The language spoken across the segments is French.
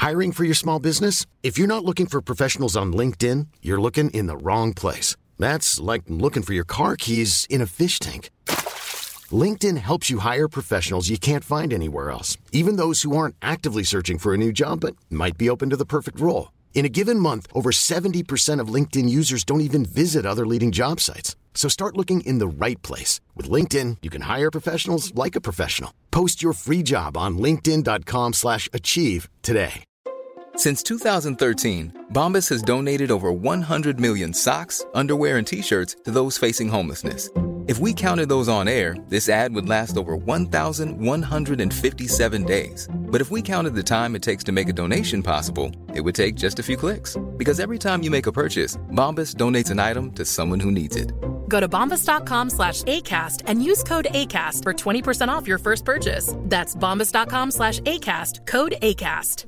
Hiring for your small business? If you're not looking for professionals on LinkedIn, you're looking in the wrong place. That's like looking for your car keys in a fish tank. LinkedIn helps you hire professionals you can't find anywhere else, even those who aren't actively searching for a new job but might be open to the perfect role. In a given month, over 70% of LinkedIn users don't even visit other leading job sites. So start looking in the right place. With LinkedIn, you can hire professionals like a professional. Post your free job on linkedin.com/achieve today. Since 2013, Bombas has donated over 100 million socks, underwear, and T-shirts to those facing homelessness. If we counted those on air, this ad would last over 1,157 days. But if we counted the time it takes to make a donation possible, it would take just a few clicks. Because every time you make a purchase, Bombas donates an item to someone who needs it. Go to bombas.com/ACAST and use code ACAST for 20% off your first purchase. That's bombas.com/ACAST, code ACAST.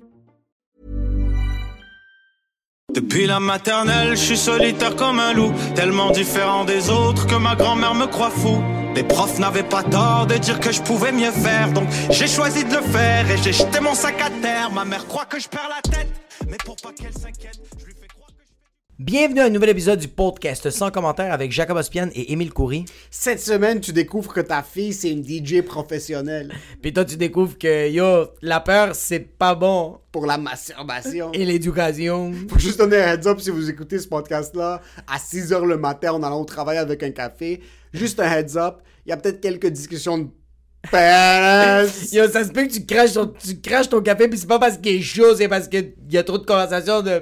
Depuis la maternelle, je suis solitaire comme un loup, tellement différent des autres que ma grand-mère me croit fou. Les profs n'avaient pas tort de dire que je pouvais mieux faire, donc j'ai choisi de le faire et j'ai jeté mon sac à terre. Ma mère croit que je perds la tête, mais pour pas qu'elle s'inquiète, je lui fais croire que Bienvenue à un nouvel épisode du podcast sans commentaire avec Jacob Ospian et Émile Coury. Cette semaine, tu découvres que ta fille, c'est une DJ professionnelle. Puis toi, tu découvres que, la peur, c'est pas bon. Pour la masturbation. Et l'éducation. Faut juste donner un heads up si vous écoutez ce podcast-là à 6h le matin en allant au travail avec un café. Juste un heads up. Il y a peut-être quelques discussions de pénis. Ça se peut que tu craches ton café, puis c'est pas parce qu'il est chaud, c'est parce qu'il y a trop de conversations de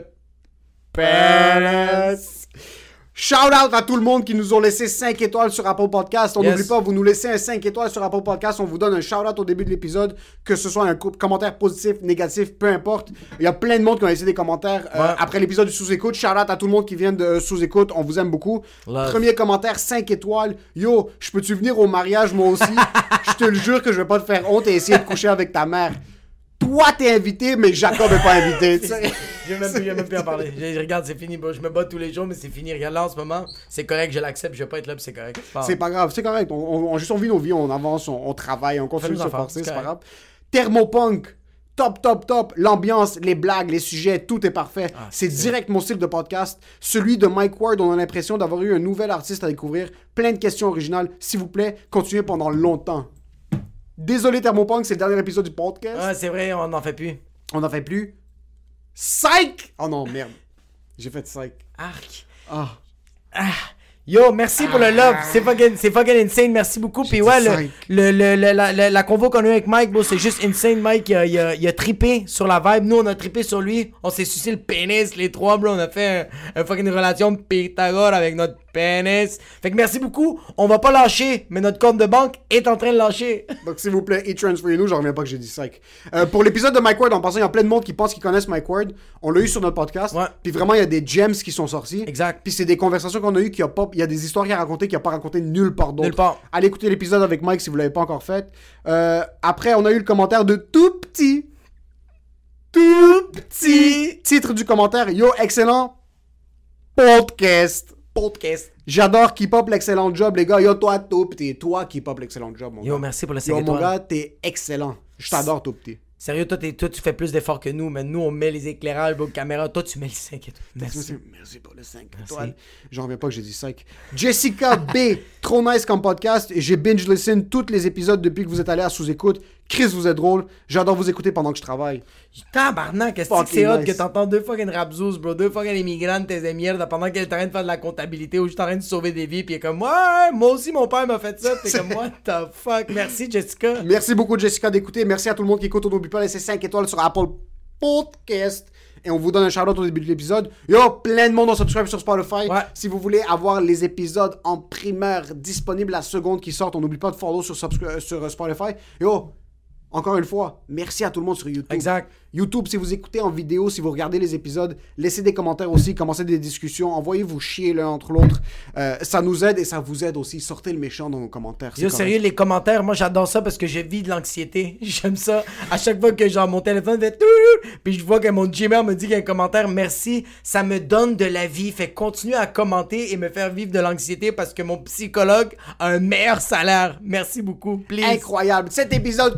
pénis. Shout out à tout le monde qui nous ont laissé 5 étoiles sur Apple Podcast. On n'oublie pas, vous nous laissez un 5 étoiles sur Apple Podcast. On vous donne un shout out au début de l'épisode, que ce soit un commentaire positif, négatif, peu importe. Il y a plein de monde qui ont laissé des commentaires après l'épisode du sous-écoute. Shout out à tout le monde qui vient de sous-écoute. On vous aime beaucoup. Love. Premier commentaire, 5 étoiles. Yo, je peux-tu venir au mariage moi aussi? Je te le jure que je vais pas te faire honte et essayer de coucher avec ta mère. Toi, t'es invité, mais Jacob est pas invité. Je vais même plus en parler. Regarde, c'est fini. Bro. Je me bats tous les jours, mais c'est fini. Regarde, là, en ce moment, c'est correct, je l'accepte. Je vais pas être là, puis c'est correct. C'est pas grave, c'est correct. On vit nos vies, on avance, on travaille, on continue de se forcer, c'est pas grave. Thermopunk, top. L'ambiance, les blagues, les sujets, tout est parfait. C'est direct mon style de podcast. Celui de Mike Ward, on a l'impression d'avoir eu un nouvel artiste à découvrir. Plein de questions originales. S'il vous plaît, continuez pendant longtemps. Désolé Thermopunk, c'est le dernier épisode du podcast. Ah, c'est vrai, on n'en fait plus. On n'en fait plus. Psych! Oh non, merde. J'ai fait psych. Arc. Ah. Yo, merci pour le love. C'est fucking insane. Merci beaucoup. Puis ouais, la convo qu'on a eu avec Mike, bro, c'est juste insane. Mike, il a trippé sur la vibe. Nous, on a trippé sur lui. On s'est sucé le pénis, les trois, bro. On a fait un fucking relation Pythagore avec notre pénis. Fait que merci beaucoup. On va pas lâcher, mais notre compte de banque est en train de lâcher. Donc, s'il vous plaît, e-transferez-nous. J'en reviens pas que j'ai dit psych. Pour l'épisode de Mike Ward, en passant, il y a plein de monde qui pense qu'ils connaissent Mike Ward. On l'a eu sur notre podcast. Ouais. Puis vraiment, il y a des gems qui sont sortis. Exact. Puis c'est des conversations qu'on a eues il y a des histoires qu'il a racontées qu'il n'a pas racontées nulle part d'autre. Nulle part. Allez écouter l'épisode avec Mike si vous l'avez pas encore fait. Après, on a eu le commentaire de Tout Petit titre du commentaire. Yo, excellent podcast. J'adore Keep Up l'excellent job, les gars. Yo, toi, Tout Petit. Toi, Keep Up l'excellent job, mon gars. Yo, merci pour le 5 Yo, étoiles. mon gars, t'es excellent. Je t'adore, Tout Petit. Sérieux, toi, tu fais plus d'efforts que nous, mais nous, on met les éclairages, bro, caméra. Toi, tu mets les 5 étoiles. Merci pour le 5 étoiles. J'en reviens pas que j'ai dit 5. Jessica B. Trop nice comme podcast. J'ai binge-listen tous les épisodes depuis que vous êtes allé à sous-écoute. Chris, vous êtes drôle. J'adore vous écouter pendant que je travaille. Tabarnak, qu'est-ce que c'est hot que t'entends deux fucking rapzous, bro, deux fucking immigrantes de merde pendant qu'elle est en train de faire de la comptabilité ou juste en train de sauver des vies, pis elle est comme, ouais, moi aussi mon père m'a fait ça, t'es comme, what the fuck, merci Jessica. Merci beaucoup Jessica d'écouter, merci à tout le monde qui écoute, on n'oublie pas de laisser 5 étoiles sur Apple Podcast, et on vous donne un shout-out au début de l'épisode. Yo, plein de monde ont subscribe sur Spotify. Ouais. Si vous voulez avoir les épisodes en primeur disponibles la seconde qui sortent, on n'oublie pas de follow sur Spotify. Yo, encore une fois, merci à tout le monde sur YouTube. Exact. YouTube, si vous écoutez en vidéo, si vous regardez les épisodes, laissez des commentaires aussi, commencez des discussions, envoyez-vous chier l'un entre l'autre. Ça nous aide et ça vous aide aussi. Sortez le méchant dans nos commentaires. Yo, sérieux, les commentaires, moi j'adore ça parce que je vis de l'anxiété. J'aime ça. À chaque fois que genre mon téléphone fait puis je vois que mon Gmail me dit qu'il y a un commentaire, merci, ça me donne de la vie. Fait continuer à commenter et me faire vivre de l'anxiété parce que mon psychologue a un meilleur salaire. Merci beaucoup, please. Incroyable. Cet épisode, comme tous les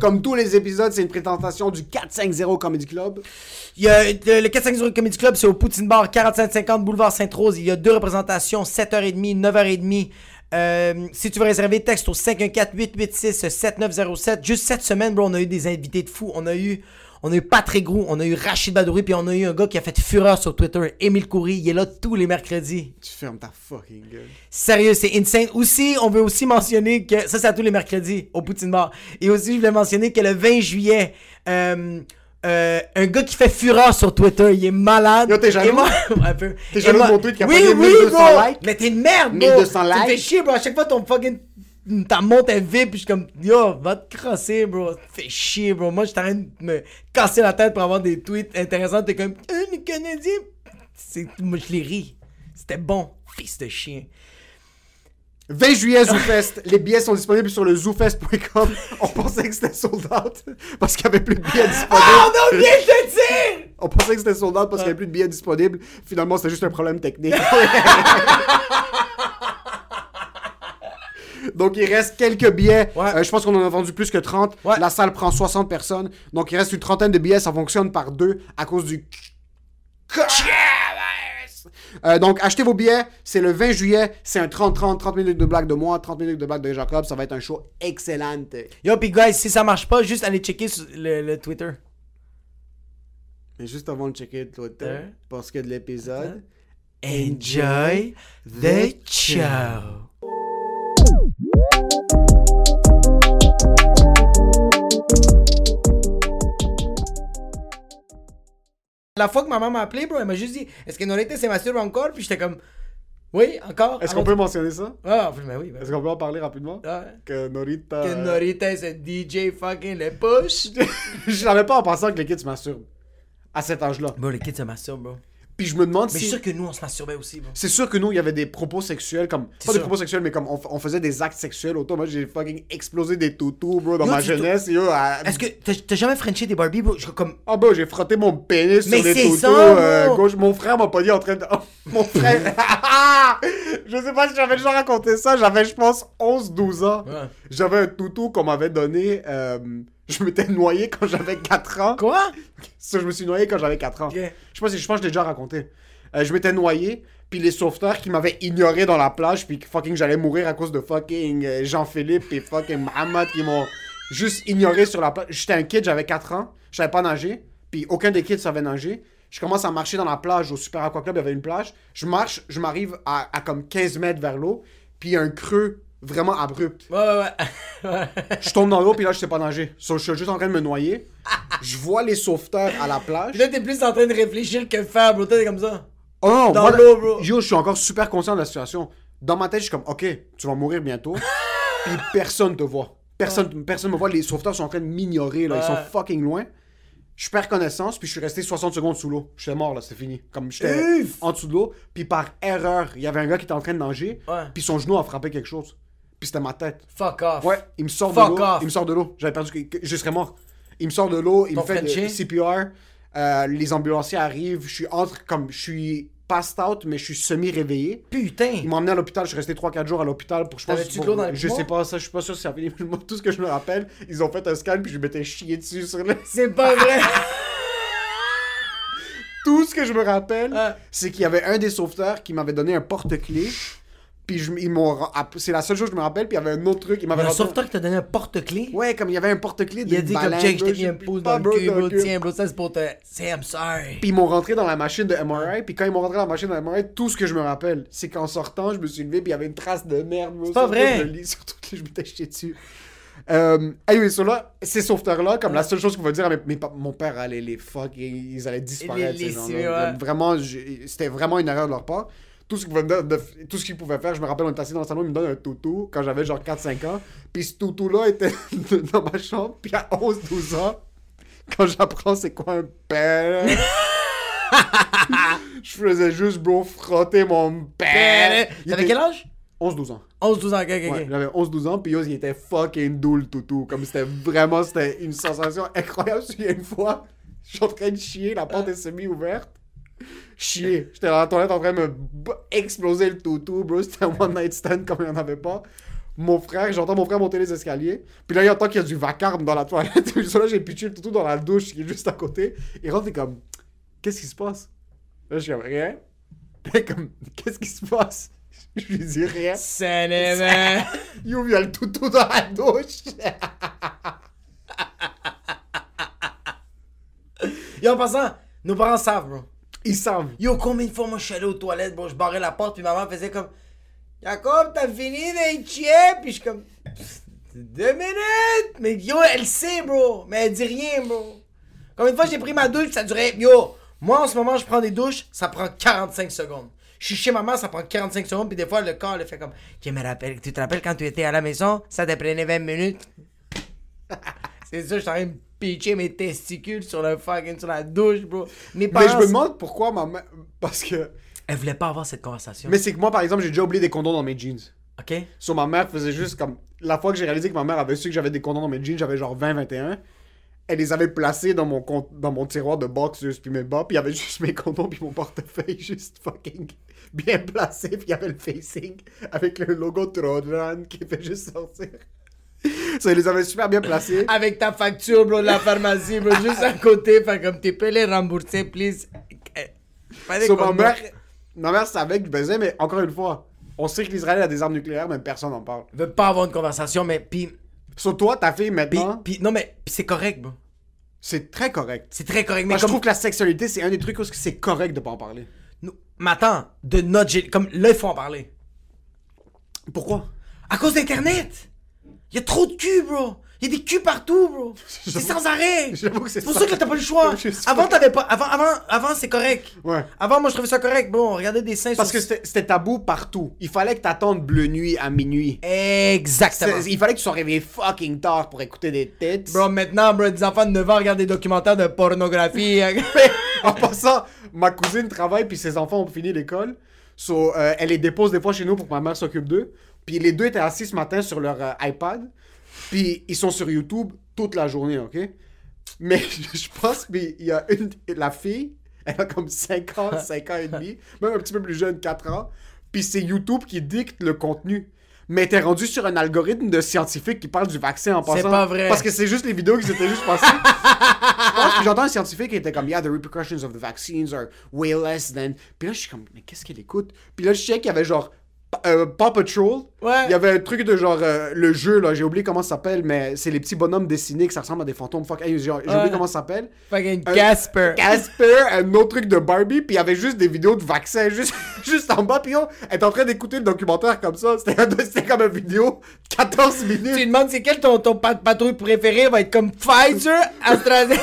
les épisodes, c'est une présentation du 450 Comedy Club. Il y a le 450 Comedy Club, c'est au Poutine Bar, 4550 Boulevard Sainte-Rose. Il y a 2 représentations, 7h30, 9h30. Si tu veux réserver, texte au 514-886-7907. Juste cette semaine, bro, on a eu des invités de fous. On a eu Patrick Roux, on a eu Rachid Badouri, puis on a eu un gars qui a fait fureur sur Twitter, Émile Coury. Il est là tous les mercredis. Tu fermes ta fucking gueule. Sérieux, c'est insane. Aussi, on veut aussi mentionner que... Ça, c'est à tous les mercredis, au Poutine Bar. Et aussi, je voulais mentionner que le 20 juillet... un gars qui fait fureur sur Twitter, il est malade. Yo, t'es jaloux? Un peu. T'es jaloux de mon tweet qui a oui, pas 1200 bro. likes? Mais t'es une merde, bro. 1200 likes? Tu me fais chier, bro. À chaque fois, ton fucking... Ta monte est vide, puis je suis comme, yo, va te crosser, bro. Ça te fait chier, bro. Moi, je suis en train de me casser la tête pour avoir des tweets intéressants. T'es comme, les Canadiens. Moi, je les ris. C'était bon, fils de chien. 20 juillet, ZooFest. Les billets sont disponibles sur le zoofest.com. On pensait que c'était sold out parce qu'il n'y avait plus de billets disponibles. Oh, non, viens te dire! On pensait que c'était sold out parce qu'il n'y avait plus de billets disponibles. Finalement, c'était juste un problème technique. Donc, il reste quelques billets. Ouais. Je pense qu'on en a vendu plus que 30. Ouais. La salle prend 60 personnes. Donc, il reste une trentaine de billets. Ça fonctionne par 2 à cause du... donc, achetez vos billets. C'est le 20 juillet. C'est un 30 minutes de blague de moi, 30 minutes de blague de Jacob. Ça va être un show excellent. Yo, pis guys, si ça marche pas, juste allez checker sur le Twitter. Mais juste avant de checker le Twitter, parce que de l'épisode... Enjoy the show. La fois que ma maman m'a appelé, bro, elle m'a juste dit, est-ce que Norita se masturbe encore? Puis j'étais comme, oui, encore. Est-ce qu'on peut mentionner ça? Ah, mais oui. Est-ce qu'on peut en parler rapidement? Ah. Que Norita... Que Norita est un DJ fucking le push. Je savais pas en pensant que les kids se masturbent. À cet âge-là. Bro, les kids se masturbent, bro. Puis je me demande Mais si... je suis sûr que nous, on se masturbait aussi, bro. C'est sûr que nous, il y avait des propos sexuels, comme... Pas des propos sexuels, mais comme on faisait des actes sexuels autour. Moi, j'ai fucking explosé des toutous, bro, dans ma jeunesse. Est-ce que t'as jamais frenché des Barbie, bro? Comme... Ah, bro, j'ai frotté mon pénis mais sur les toutous gauche. Mon frère m'a pas dit en train de... Oh, mon frère... Je sais pas si j'avais déjà raconté ça. J'avais, je pense, 11-12 ans. Ouais. J'avais un toutou qu'on m'avait donné... Je m'étais noyé quand j'avais 4 ans. Quoi? Ça, je me suis noyé quand j'avais 4 ans. Okay. Je pense que je l'ai déjà raconté. Je m'étais noyé, puis les sauveteurs qui m'avaient ignoré dans la plage, puis fucking j'allais mourir à cause de fucking Jean-Philippe et fucking Mohamed qui m'ont juste ignoré sur la plage. J'étais un kid, j'avais 4 ans, je savais pas nager, puis aucun des kids savait nager. Je commence à marcher dans la plage, au Super Aqua Club, il y avait une plage. Je marche, je m'arrive à comme 15 mètres vers l'eau, puis il y a un creux vraiment abrupt. Ouais. Je tombe dans l'eau, puis là, je sais pas nager. Je suis juste en train de me noyer. Je vois les sauveteurs à la plage. Puis là, t'es plus en train de réfléchir que faire, bro. T'es comme ça. Oh non, dans l'eau, bro. Yo, je suis encore super conscient de la situation. Dans ma tête, je suis comme, ok, tu vas mourir bientôt. Puis personne te voit. Personne me voit. Les sauveteurs sont en train de m'ignorer, là. Ils sont fucking loin. Je perds connaissance, puis je suis resté 60 secondes sous l'eau. J'étais mort, là, c'est fini. Comme j'étais en dessous de l'eau. Puis par erreur, il y avait un gars qui était en train de nager. Puis son genou a frappé quelque chose. Puis c'était ma tête. Fuck off. Ouais, il me sort de l'eau. Il me sort de l'eau. J'avais perdu. Je serais mort. Il me sort de l'eau. Il me fait de CPR. Les ambulanciers arrivent. Je suis passed out, mais je suis semi-réveillé. Putain. Ils m'ont emmené à l'hôpital. Je suis resté 3-4 jours à l'hôpital pour. Je sais pas ça. Je suis pas sûr si ça fait. Tout ce que je me rappelle, ils ont fait un scan puis je m'étais chié dessus sur le. C'est pas vrai. Tout ce que je me rappelle, c'est qu'il y avait un des sauveteurs qui m'avait donné un porte-clés. Puis c'est la seule chose que je me rappelle. Puis il y avait un autre truc. Un sauveteur qui t'a donné un porte-clés? Ouais, comme il y avait un porte-clés de il a dit baleine, comme Jake, je t'ai mis un pouce dans le cul, bro. Tiens, bro, ça c'est pour te... Say I'm sorry. Puis ils m'ont rentré dans la machine de MRI. Puis quand ils m'ont rentré dans la machine de MRI, tout ce que je me rappelle, c'est qu'en sortant, je me suis levé. Puis il y avait une trace de merde. C'est pas vrai. Surtout que je m'étais jeté dessus. Anyway, là, ces sauveteurs-là, comme la seule chose qu'on va dire à mon père allait les fuck, ils allaient disparaître. Ces gens-là. Vraiment, c'était vraiment une erreur de leur part. Tout ce qu'ils pouvaient faire, je me rappelle, on était assis dans le salon, ils me donnent un toutou quand j'avais genre 4-5 ans. Puis ce toutou-là était dans ma chambre. Puis à 11-12 ans, quand j'apprends c'est quoi un père, je faisais juste, bro, frotter mon père. T'avais quel âge? 11-12 ans. 11-12 ans, ok. Ouais, j'avais 11-12 ans, puis il était fucking doux le toutou. Comme c'était une sensation incroyable. Il y a une fois, je suis en train de chier, la porte est semi-ouverte. Chier. J'étais dans la toilette en train de me exploser le toutou, bro. C'était un one night stand comme il n'y en avait pas. j'entends mon frère monter les escaliers. Puis là, il entend qu'il y a du vacarme dans la toilette. Puis là, j'ai pitché le toutou dans la douche qui est juste à côté. Il rentre et comme, qu'est-ce qui se passe? Là, je suis comme, rien. Puis comme, qu'est-ce qui se passe? Je lui dis rien. Yo, il y a le toutou dans la douche. Yo, en passant, nos parents savent, bro. Ils savent. Yo, combien de fois, moi, je suis allé aux toilettes, bro, je barrais la porte, puis maman faisait comme... Jacob, t'as fini d'être chier? Puis je suis comme... 2 minutes! Mais yo, elle sait, bro. Mais elle dit rien, bro. Combien de fois j'ai pris ma douche, ça durait... Yo, moi, en ce moment, je prends des douches, ça prend 45 secondes. Je suis chez maman, ça prend 45 secondes, puis des fois, le corps, le fait comme... Tu te rappelles quand tu étais à la maison? Ça te prenait 20 minutes? C'est ça, je suis en train de pitcher mes testicules sur la douche, bro. Mais je me demande pourquoi ma mère... Parce que... Elle voulait pas avoir cette conversation. Mais c'est que moi, par exemple, j'ai déjà oublié des condoms dans mes jeans. OK. So, ma mère faisait juste comme... La fois que j'ai réalisé que ma mère avait su que j'avais des condoms dans mes jeans, j'avais genre 20-21. Elle les avait placés dans mon tiroir de boxers puis mes bas, puis il y avait juste mes condoms puis mon portefeuille juste fucking bien placé, puis il y avait le facing avec le logo Trodran qui fait juste sortir. Ça, ils les avaient super bien placés. Avec ta facture, bro, de la pharmacie, bro, juste à côté, fait comme tu peux les rembourser, please. So, ma mère savait que je baisais, mais encore une fois, on sait que l'Israël a des armes nucléaires, mais personne n'en parle. Veut pas avoir une conversation, mais pis... Sur toi, ta fille, maintenant... Non, mais c'est correct, bro. C'est très correct. C'est très correct, mais moi, je trouve que la sexualité, c'est un des trucs où c'est correct de pas en parler. Mais attends, de notre... Comme là, il faut en parler. Pourquoi? À cause d'Internet. Il y a trop de cul, bro. Il y a des culs partout, bro. C'est sans arrêt. J'avoue que c'est pour ça que là, t'as pas le choix. Avant, t'avais pas... Avant, c'est correct. Ouais. Avant, moi, je trouvais ça correct. Bon, on regardait des seins... Parce que c'était tabou partout. Il fallait que t'attendes bleu nuit à minuit. Exactement. Il fallait que tu sois réveillé fucking tard pour écouter des têtes. Bro, maintenant, bro, des enfants de 9 ans regardent des documentaires de pornographie. En passant, ma cousine travaille puis ses enfants ont fini l'école. So, elle les dépose des fois chez nous pour que ma mère s'occupe d'eux. Puis les deux étaient assis ce matin sur leur iPad. Puis ils sont sur YouTube toute la journée, ok? Mais je pense qu'il y a la fille, elle a comme 5 ans et demi, même un petit peu plus jeune, 4 ans. Puis c'est YouTube qui dicte le contenu. Mais t'es rendu sur un algorithme de scientifiques qui parle du vaccin en passant. C'est pas vrai. Parce que c'est juste les vidéos qui s'étaient juste passées. Je pense que j'entends un scientifique qui était comme, yeah, the repercussions of the vaccines are way less than... Puis là, je suis comme, mais qu'est-ce qu'elle écoute? Puis là, je sais qu'il y avait genre... Paw Patrol, ouais. Il y avait un truc de genre le jeu là, j'ai oublié comment ça s'appelle, mais c'est les petits bonhommes dessinés que ça ressemble à des fantômes. Fuck, hey, j'ai oublié comment ça s'appelle. Fucking Casper. Un autre truc de Barbie, puis il y avait juste des vidéos de vaccins juste en bas, puis on est en train d'écouter le documentaire comme ça. C'était comme une vidéo 14 minutes. Tu te demandes c'est quel ton patrouille préféré, va être comme Pfizer, AstraZeneca.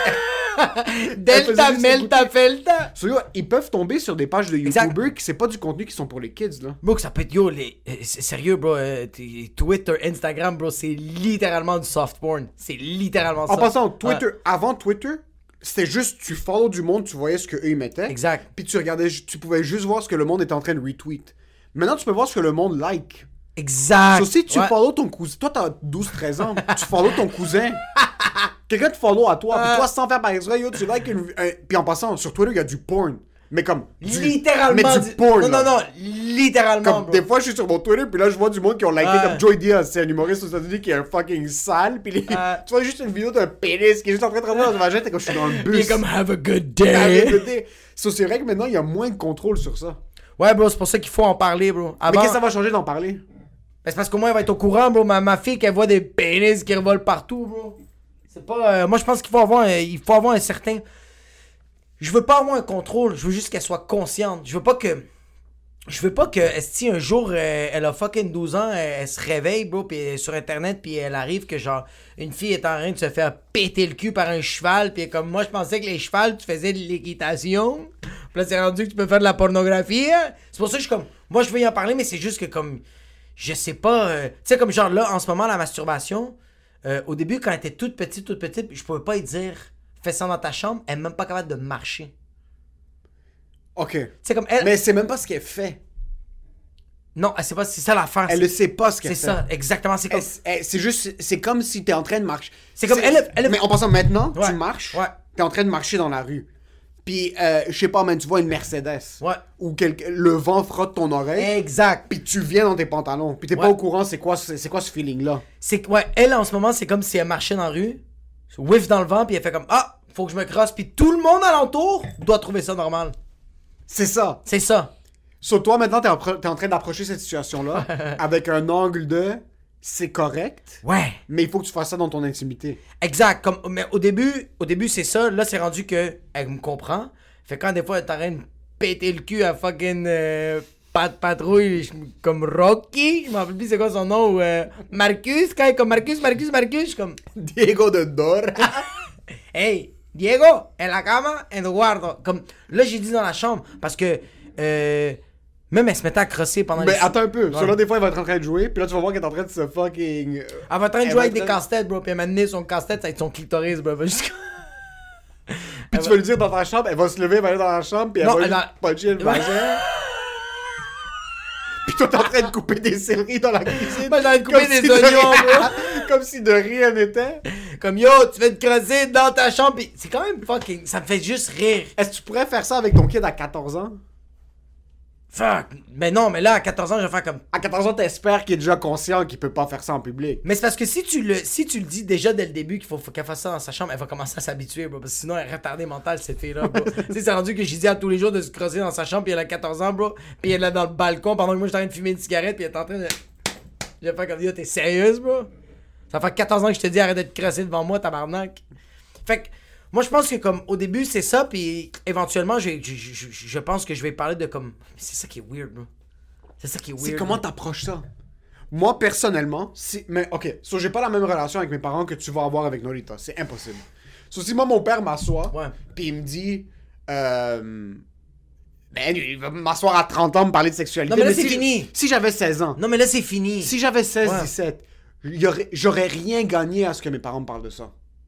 Delta, Melta, Felta. Ils peuvent tomber sur des pages de YouTubers qui c'est pas du contenu qui sont pour les kids là. Bro, ça peut être sérieux, bro. Twitter, Instagram, bro, c'est littéralement du soft porn. C'est littéralement ça. En passant, Twitter, avant Twitter, c'était juste tu follow du monde, tu voyais ce qu'eux ils mettaient. Exact. Puis tu pouvais juste voir ce que le monde était en train de retweet. Maintenant, tu peux voir ce que le monde like. Exact. So, si tu follow ton cousin, toi t'as 12-13 ans, tu follow ton cousin. Quelqu'un te follow à toi, puis toi sans faire par exemple, yo, tu like puis en passant, sur Twitter, il y a du porn. Mais comme... littéralement. Mais du porn, Non, littéralement, comme, des fois, je suis sur mon Twitter, puis là, je vois du monde qui ont liké, comme Joey Diaz, c'est un humoriste aux États-Unis qui est un fucking sale, puis tu vois juste une vidéo d'un pénis qui est juste en train de rentrer dans un vagin, t'es comme, je suis dans le bus. Il est comme, have a good day. So, c'est vrai que maintenant, il y a moins de contrôle sur ça. Ouais, bro, c'est pour ça qu'il faut en parler, bro. Mais qu'est-ce que ça va changer d'en parler? Ben, c'est parce qu'au moins, elle va être au courant, bro. Ma fille, qu'elle voit des pénis qui revolent partout, bro. C'est pas... moi, je pense qu'il faut avoir un certain... Je veux pas avoir un contrôle. Je veux juste qu'elle soit consciente. Je veux pas que si un jour, elle a fucking 12 ans, elle se réveille, bro, pis elle est sur Internet, puis elle arrive que, genre, une fille est en train de se faire péter le cul par un cheval, pis comme moi, je pensais que les chevals, tu faisais de l'équitation. Pis là, c'est rendu que tu peux faire de la pornographie. Hein? C'est pour ça que je suis comme... Moi, je veux y en parler, mais c'est juste que, comme... Je sais pas... tu sais, comme genre là, en ce moment, la masturbation, au début, quand elle était toute petite, je pouvais pas lui dire « Fais ça dans ta chambre », elle est même pas capable de marcher. OK. C'est comme elle... Mais c'est même pas ce qu'elle fait. Non, elle sait pas, c'est ça l'affaire. Elle ne sait pas ce qu'elle fait. C'est ça, exactement. C'est comme... c'est juste... C'est comme si t'es en train de marcher. C'est comme elle... Mais en passant maintenant, ouais. tu marches, ouais. t'es en train de marcher dans la rue. Puis, je sais pas, man, tu vois une Mercedes. Ouais. Ou le vent frotte ton oreille. Exact. Puis tu viens dans tes pantalons. Puis t'es pas au courant, c'est quoi ce feeling-là? Ouais, elle, en ce moment, c'est comme si elle marchait dans la rue, whiff dans le vent, puis elle fait comme, ah, faut que je me crosse. Puis tout le monde alentour doit trouver ça normal. C'est ça. C'est ça. Sur toi, maintenant, t'es en train d'approcher cette situation-là avec un angle de c'est correct. Ouais. Mais il faut que tu fasses ça dans ton intimité. Exact. Mais au début, c'est ça. Là, c'est rendu que elle me comprend. Fait quand des fois, elle est en train de péter le cul à fucking patrouille comme Rocky. Je m'en rappelle plus c'est quoi son nom. Ou Marcus. Quand il est comme Marcus, je suis comme Diego de Dor. Hey, Diego, en la cama, Eduardo. Comme là, j'ai dit dans la chambre parce que même elle se mettait à crosser pendant Mais attends un peu. Ouais. Là, des fois, elle va être en train de jouer. Puis là, tu vas voir qu'elle est en train de se fucking. Elle va être en train de jouer avec des casse-têtes, bro. Puis elle m'a donné son casse-tête, ça va être son clitoris, bro. Puis tu vas lui dire dans ta chambre, elle va se lever, elle va aller dans la chambre. Puis elle va puncher le vagin. Puis toi, t'es en train de couper des céleris dans la cuisine. Moi, j'ai envie de couper des oignons, bro. Comme si de rien n'était. Comme yo, tu vas te creuser dans ta chambre. Pis c'est quand même fucking. Ça me fait juste rire. Est-ce que tu pourrais faire ça avec ton kid à 14 ans? Fuck. Mais non, mais là, à 14 ans, je vais faire comme. À 14 ans, t'espères qu'il est déjà conscient qu'il peut pas faire ça en public. Mais c'est parce que si tu le dis déjà dès le début qu'il faut qu'elle fasse ça dans sa chambre, elle va commencer à s'habituer, bro. Parce que sinon, elle est retardée mentale, cette fille-là, bro. Tu sais, c'est rendu que j'ai dit à tous les jours de se crosser dans sa chambre, puis elle a 14 ans, bro. Puis elle est là dans le balcon pendant que moi, j'étais en train de fumer une cigarette, puis elle est en train de. Je vais faire comme yo, t'es sérieuse, bro? Ça fait 14 ans que je te dis arrête de te crosser devant moi, tabarnak. Fait que. Moi, je pense que comme au début, c'est ça, puis éventuellement, je pense que je vais parler de comme... C'est ça qui est weird, bro. C'est ça qui est weird. C'est comment t'approches ça? Moi, personnellement, mais ok, j'ai pas la même relation avec mes parents que tu vas avoir avec Norita. C'est impossible. Si moi, mon père m'assoit, puis il me dit... il va m'asseoir à 30 ans, me parler de sexualité. Non, mais là, c'est fini. Si j'avais 16 ans... Non, mais là, c'est fini. Si j'avais 16, 17, j'aurais rien gagné à ce que mes parents me parlent de ça.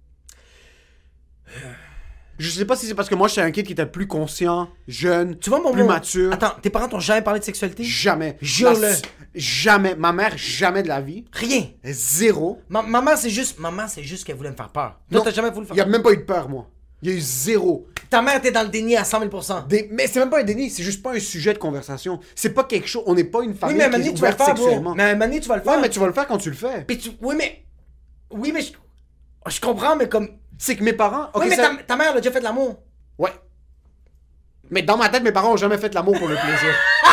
Je sais pas si c'est parce que moi j'étais un kid qui était plus conscient, jeune, tu vois, plus mature. Attends, tes parents t'ont jamais parlé de sexualité? Jamais. Jure-le. Jamais. Ma mère, jamais de la vie. Rien. Zéro. Maman, c'est juste qu'elle voulait me faire peur. Toi, t'as jamais voulu faire peur. Il y a même pas eu de peur, moi. Il y a eu zéro. Ta mère était dans le déni à 100 000%. Mais c'est même pas un déni, c'est juste pas un sujet de conversation. C'est pas quelque chose. On n'est pas une famille qui est ouverte sexuellement. Mais à un moment donné, tu vas le faire. Ouais, mais tu vas le faire quand tu le fais. Oui, mais je comprends, mais comme. C'est que mes parents... Okay, oui, mais ta mère elle a déjà fait de l'amour. Ouais. Mais dans ma tête, mes parents ont jamais fait de l'amour pour le plaisir.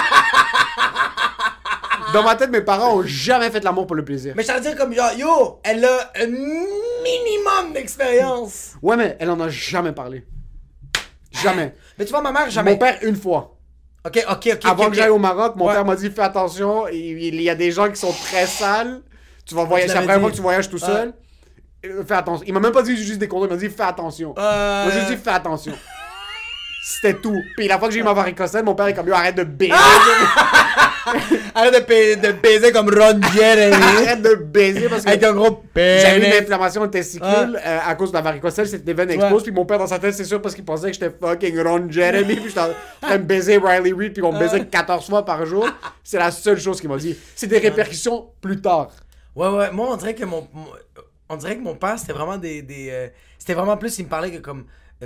Dans ma tête, mes parents ont jamais fait de l'amour pour le plaisir. Mais je t'allais dire comme genre, yo, elle a un minimum d'expérience. Ouais, mais elle en a jamais parlé. Jamais. Mais tu vois, ma mère, jamais. Mon père, une fois. Ok. Avant que j'aille au Maroc, mon père m'a dit, fais attention, il y a des gens qui sont très sales. Tu vas voyager, c'est la première fois que tu voyages tout seul. Fais attention. Il m'a même pas dit juste des condoms, il m'a dit fais attention. Moi j'ai dit fais attention. C'était tout. Puis la fois que j'ai eu ma varicocèle, mon père est comme yo, arrête de baiser. Arrête de baiser comme Ron Jeremy. Arrête de baiser parce que avec un gros pénis. J'avais une inflammation de testicule à cause de la varicocèle, c'était des veines exposées. Puis mon père dans sa tête, c'est sûr parce qu'il pensait que j'étais fucking Ron Jeremy. Puis j'étais en train de baiser Riley Reid, puis on me baisait 14 fois par jour. C'est la seule chose qu'il m'a dit. C'est des répercussions plus tard. Ouais. Moi, on dirait que mon père, c'était vraiment c'était vraiment plus, il me parlait que comme...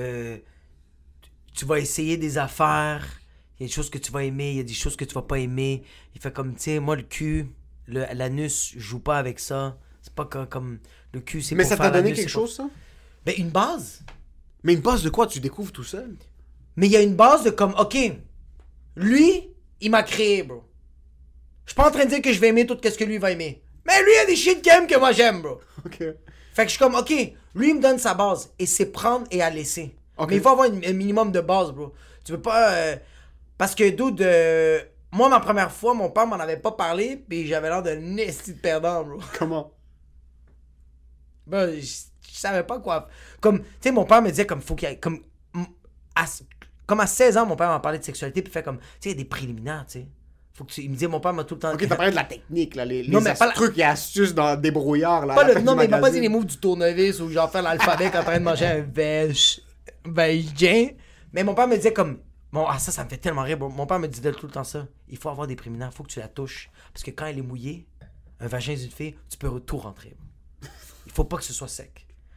tu vas essayer des affaires, il y a des choses que tu vas aimer, il y a des choses que tu vas pas aimer. Il fait comme, tu sais, moi, le cul, l'anus, je joue pas avec ça. C'est pas comme... Le cul, c'est mais pour ça faire t'a donné l'anus, quelque chose, ça? Ben, une base. Mais une base de quoi? Tu découvres tout seul? Mais il y a une base de comme, OK, lui, il m'a créé, bro. Je suis pas en train de dire que je vais aimer tout ce que lui va aimer. Mais lui, il y a des shit qu'il aime que moi, j'aime, bro. OK. Fait que je suis comme, OK, lui, il me donne sa base. Et c'est prendre et à laisser. Okay. Mais il faut avoir un minimum de base, bro. Tu peux pas... parce que, dude, moi, ma première fois, mon père m'en avait pas parlé, puis j'avais l'air d'un esti de perdant, bro. Comment? Ben, je savais pas quoi... Comme, tu sais, mon père me disait comme, faut qu'il y ait... Comme à 16 ans, mon père m'a parlé de sexualité, puis fait comme, tu sais, il y a des préliminaires, tu sais. Il me disait, mon père m'a tout le temps... Ok, t'as parlé de la technique, là, les trucs et astuces dans des brouillards, là. Non, mais il m'a pas dit les moves du tournevis ou genre faire l'alphabet en train de manger un végin. Mais mon père me disait comme... ça me fait tellement rire. Mon père me disait tout le temps ça. Il faut avoir des préliminaires, il faut que tu la touches. Parce que quand elle est mouillée, un vagin d'une fille, tu peux tout rentrer. Il faut pas que ce soit sec.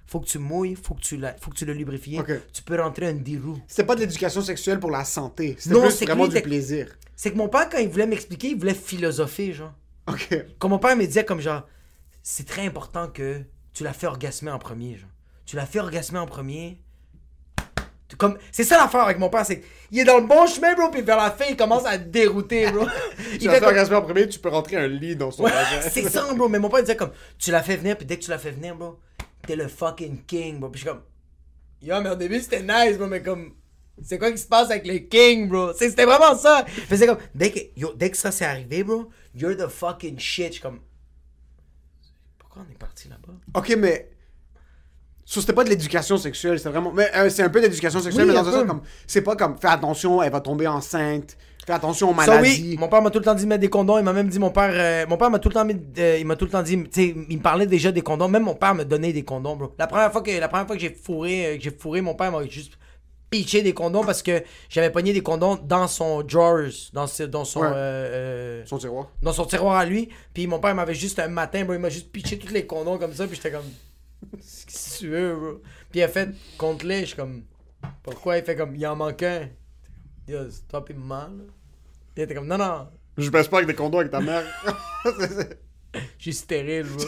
faut que tu mouilles, faut que tu le lubrifies. Okay. Tu peux rentrer un dirou. C'était pas de l'éducation sexuelle pour la santé. C'était plus vraiment du plaisir. C'est que mon père, quand il voulait m'expliquer, il voulait philosopher, genre. OK. Quand mon père me disait comme genre, c'est très important que tu la fais orgasmer en premier, genre. Tu la fais orgasmer en premier. Comme, c'est ça l'affaire avec mon père, c'est qu'il est dans le bon chemin, bro, puis vers la fin, il commence à te dérouter, bro. Tu la fais orgasmer en premier, tu peux rentrer un lit dans son vagin. C'est ça, bro. Mais mon père disait comme, tu la fais venir, puis dès que tu la fais venir, bro, t'es le fucking king, bro. Puis je suis comme, yo, mais au début, c'était nice, bro, mais comme, c'est quoi qui se passe avec le king, bro? C'était vraiment ça. Puis c'est comme, dès que ça s'est arrivé, bro, you're the fucking shit. Je suis comme, pourquoi on est parti là-bas? OK, mais... c'était pas de l'éducation sexuelle, c'était vraiment... Mais c'est un peu d'éducation sexuelle, oui, mais dans un sens comme... C'est pas comme, fais attention, elle va tomber enceinte, fais attention aux maladies. Ça, oui, mon père m'a tout le temps dit de mettre des condoms, il m'a même dit, mon père m'a tout le temps dit, il m'a tout le temps dit, tu sais, il me parlait déjà des condoms, même mon père me donnait des condoms, bro. La première fois que j'ai fourré, mon père m'a juste pitché des condoms parce que j'avais pogné des condoms dans son drawers, dans son... son tiroir. Dans son tiroir à lui, puis mon père m'avait juste un matin, bro, il m'a juste pitché tous les condoms comme ça, puis j'étais comme... Qu'est-ce que tu veux, bro? Puis il a fait contre les, je suis comme, pourquoi? Il fait comme, il en manque un. Yo, c'est toi pis maman, là. Il était comme, non. Je baisse pas avec des condoms avec ta mère. Je suis stérile, bro.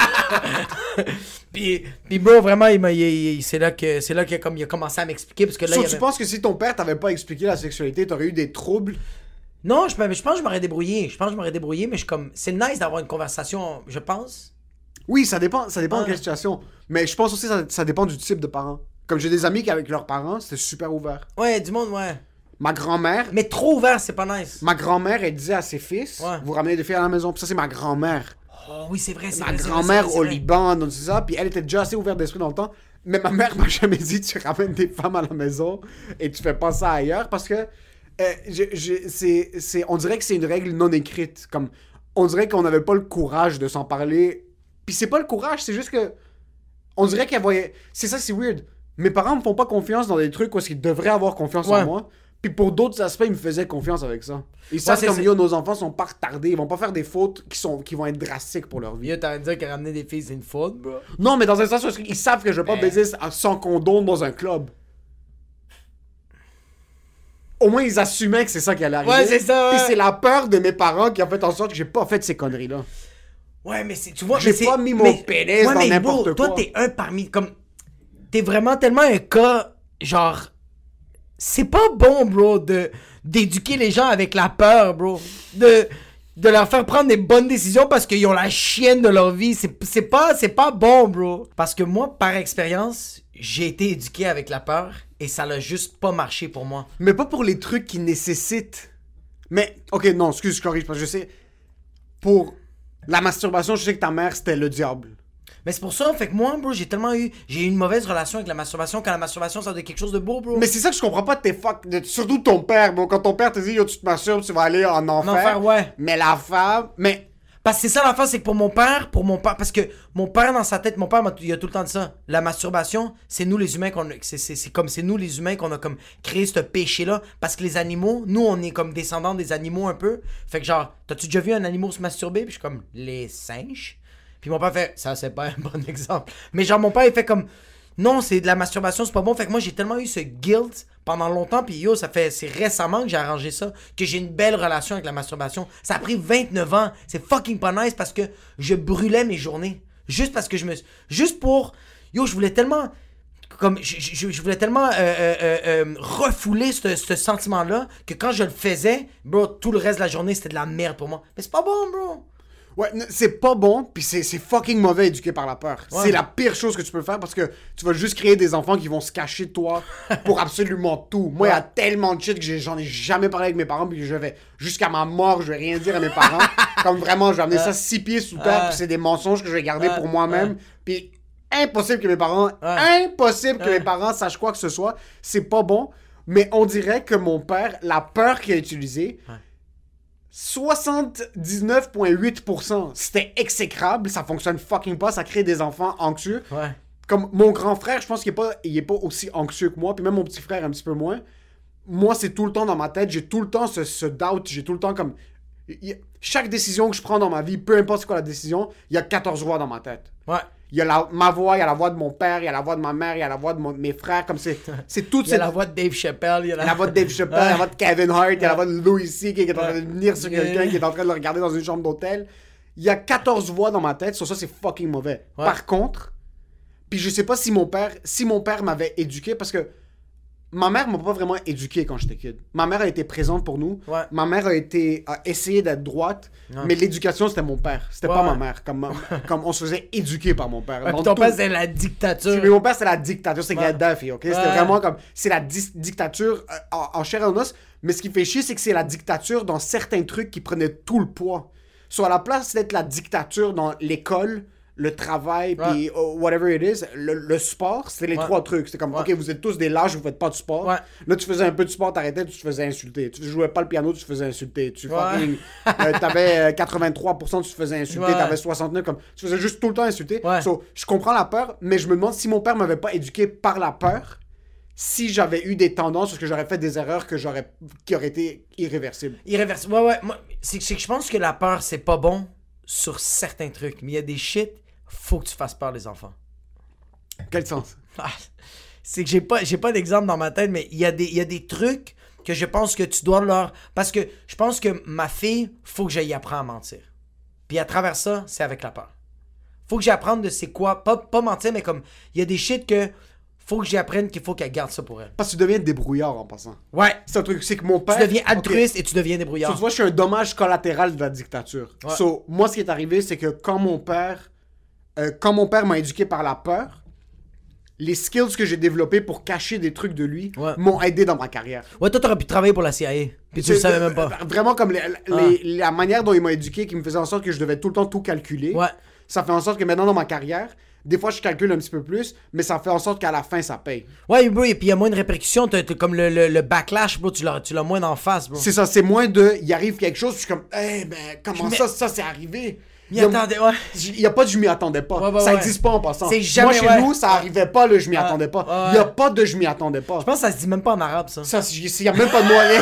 puis bro, vraiment, c'est là qu'il a commencé à m'expliquer. Parce que là, tu penses que si ton père t'avait pas expliqué la sexualité, t'aurais eu des troubles? Non, je pense que je m'aurais débrouillé. Mais je suis comme, c'est nice d'avoir une conversation, je pense. Oui, ça dépend de quelle situation. Mais je pense aussi que ça dépend du type de parents. Comme j'ai des amis qui, avec leurs parents, c'était super ouvert. Ouais, du monde, ouais. Ma grand-mère... Mais trop ouvert, c'est pas nice. Ma grand-mère, elle disait à ses fils, vous ramenez des filles à la maison. Puis ça, c'est ma grand-mère. Oh oui, c'est vrai, Ma grand-mère au Liban, donc c'est ça. Puis elle était déjà assez ouverte d'esprit dans le temps. Mais ma mère m'a jamais dit, tu ramènes des femmes à la maison et tu fais pas ça ailleurs. Parce que on dirait que c'est une règle non écrite. Comme, on dirait qu'on n'avait pas le courage de s'en parler. Puis c'est pas le courage, c'est juste que... On dirait qu'elle voyait... C'est ça, c'est weird. Mes parents me font pas confiance dans des trucs où ils devraient avoir confiance en moi. Puis pour d'autres aspects, ils me faisaient confiance avec ça. Ils savent comme, nos enfants sont pas retardés. Ils vont pas faire des fautes qui vont être drastiques pour leur vie. Yo, t'as dire que ramener des filles, c'est une faute, bro? Non, mais dans un sens, ils savent que je vais pas baiser sans condom dans un club. Au moins, ils assumaient que c'est ça qui allait arriver. Ouais, c'est ça, ouais. Puis c'est la peur de mes parents qui a fait en sorte que j'ai pas fait ces conneries-là. Ouais, mais tu vois... J'ai pas mis mon pénis dans n'importe quoi. Toi, t'es un parmi... Comme... T'es vraiment tellement un cas, genre... C'est pas bon, bro, d'éduquer les gens avec la peur, bro. De leur faire prendre des bonnes décisions parce qu'ils ont la chienne de leur vie. C'est pas bon, bro. Parce que moi, par expérience, j'ai été éduqué avec la peur et ça l'a juste pas marché pour moi. Mais pas pour les trucs qui nécessitent... Mais, ok, non, excuse, je corrige, parce que je sais... Pour... La masturbation, je sais que ta mère, c'était le diable. Mais c'est pour ça, fait que moi, bro, j'ai eu une mauvaise relation avec la masturbation, quand la masturbation, ça doit être quelque chose de beau, bro. Mais c'est ça que je comprends pas surtout ton père, bro. Quand ton père te dit, yo, tu te masturbes, tu vas aller en enfer. En enfer, ouais. Mais la femme, Parce que c'est ça l'affaire, c'est que pour mon père, parce que mon père dans sa tête, il a tout le temps dit ça. La masturbation, c'est nous les humains c'est nous les humains qu'on a comme créé ce péché-là. Parce que les animaux, nous on est comme descendants des animaux un peu. Fait que genre, t'as-tu déjà vu un animal se masturber? Puis je suis comme, les singes. Puis mon père fait, ça c'est pas un bon exemple. Mais genre mon père il fait comme, non c'est de la masturbation, c'est pas bon. Fait que moi j'ai tellement eu ce guilt pendant longtemps, puis yo, c'est récemment que j'ai arrangé ça, que j'ai une belle relation avec la masturbation. Ça a pris 29 ans. C'est fucking pas nice parce que je brûlais mes journées. Juste parce que juste pour... Yo, je voulais tellement... Comme, je voulais tellement refouler ce sentiment-là que quand je le faisais, bro, tout le reste de la journée, c'était de la merde pour moi. Mais c'est pas bon, bro. Ouais, c'est pas bon, puis c'est fucking mauvais éduqué par la peur. Ouais. C'est la pire chose que tu peux faire parce que tu vas juste créer des enfants qui vont se cacher de toi pour absolument tout. Moi, il y a tellement de shit que j'en ai jamais parlé avec mes parents, puis je vais jusqu'à ma mort, je vais rien dire à mes parents. Comme vraiment, je vais amener ça 6 pieds sous terre, puis c'est des mensonges que je vais garder pour moi-même. Puis impossible que mes parents, mes parents sachent quoi que ce soit. C'est pas bon, mais on dirait que mon père, la peur qu'il a utilisée, 79,8%. C'était exécrable, ça fonctionne fucking pas, ça crée des enfants anxieux. Ouais. Comme mon grand frère, je pense qu'il est pas aussi anxieux que moi, puis même mon petit frère un petit peu moins. Moi, c'est tout le temps dans ma tête, j'ai tout le temps ce doubt, j'ai tout le temps comme... Chaque décision que je prends dans ma vie, peu importe c'est quoi la décision, il y a 14 voix dans ma tête. Ouais. Il y a ma voix, il y a la voix de mon père, il y a la voix de ma mère, il y a la voix de mes frères, comme c'est toute cette... Il y a la voix de Dave Chappelle, il y a la voix de Dave Chappelle, la voix de Kevin Hart, il y a la voix de Louis C. qui est en train de venir sur quelqu'un qui est en train de le regarder dans une chambre d'hôtel. Il y a 14 voix dans ma tête, sur ça c'est fucking mauvais. Ouais. Par contre, puis je sais pas si mon père m'avait éduqué, parce que ma mère m'a pas vraiment éduqué quand j'étais kid. Ma mère a été présente pour nous. Ouais. Ma mère a essayé d'être droite, mais l'éducation, c'était mon père. C'était pas ma mère. Comme on se faisait éduquer par mon père. Ton père, c'était la dictature. Mais mon père, c'était la dictature. C'est Gaddafi, OK? C'était vraiment comme... C'est la dictature en chair et en os. Mais ce qui fait chier, c'est que c'est la dictature dans certains trucs qui prenaient tout le poids. Soit à la place d'être la dictature dans l'école... le travail, puis whatever it is, le sport, c'était les trois trucs. C'était comme, OK, vous êtes tous des lâches, vous faites pas de sport. Ouais. Là, tu faisais un peu de sport, t'arrêtais, tu te faisais insulter. Tu jouais pas le piano, tu te faisais insulter. Tu t'avais 83%, tu te faisais insulter. T'avais 69%, comme, tu faisais juste tout le temps insulter. Ouais. So, je comprends la peur, mais je me demande si mon père m'avait pas éduqué par la peur, si j'avais eu des tendances, parce que j'aurais fait des erreurs qui auraient été irréversibles. Irréversibles, ouais. Moi, c'est que je pense que la peur, c'est pas bon sur certains trucs, mais il y a des shit... Faut que tu fasses peur les enfants. Quel sens? C'est que j'ai pas d'exemple dans ma tête, mais il y a des trucs que je pense que tu dois leur... Parce que je pense que ma fille, faut que j'aille apprendre à mentir. Puis à travers ça, c'est avec la peur. Faut que j'apprenne de c'est quoi... Pas mentir, mais comme... Il y a des shit que... Faut que j'apprenne qu'il faut qu'elle garde ça pour elle. Parce que tu deviens débrouillard en passant. Ouais. C'est un truc, c'est que mon père... Tu deviens altruiste et tu deviens débrouillard. Tu vois, je suis un dommage collatéral de la dictature. Ouais. So, moi, ce qui est arrivé, c'est que quand mon père m'a éduqué par la peur, les skills que j'ai développés pour cacher des trucs de lui m'ont aidé dans ma carrière. Ouais, toi, t'aurais pu travailler pour la CIA, puis tu le savais même pas. Vraiment, comme la manière dont il m'a éduqué, qui me faisait en sorte que je devais tout le temps tout calculer, ça fait en sorte que maintenant, dans ma carrière, des fois, je calcule un petit peu plus, mais ça fait en sorte qu'à la fin, ça paye. Ouais, bro, et puis il y a moins de répercussions. T'as comme le backlash, bro, tu l'as moins d'en face, bro. C'est ça, c'est moins de... Il arrive quelque chose, puis je suis comme, ben, comment ça c'est arrivé? Il y a pas de je m'y attendais pas. Ça existe pas en passant. Moi, chez nous, ça arrivait pas, le je m'y attendais pas. Il y a pas de je m'y attendais pas. Je pense que ça se dit même pas en arabe, ça. Il y a même pas de moyen.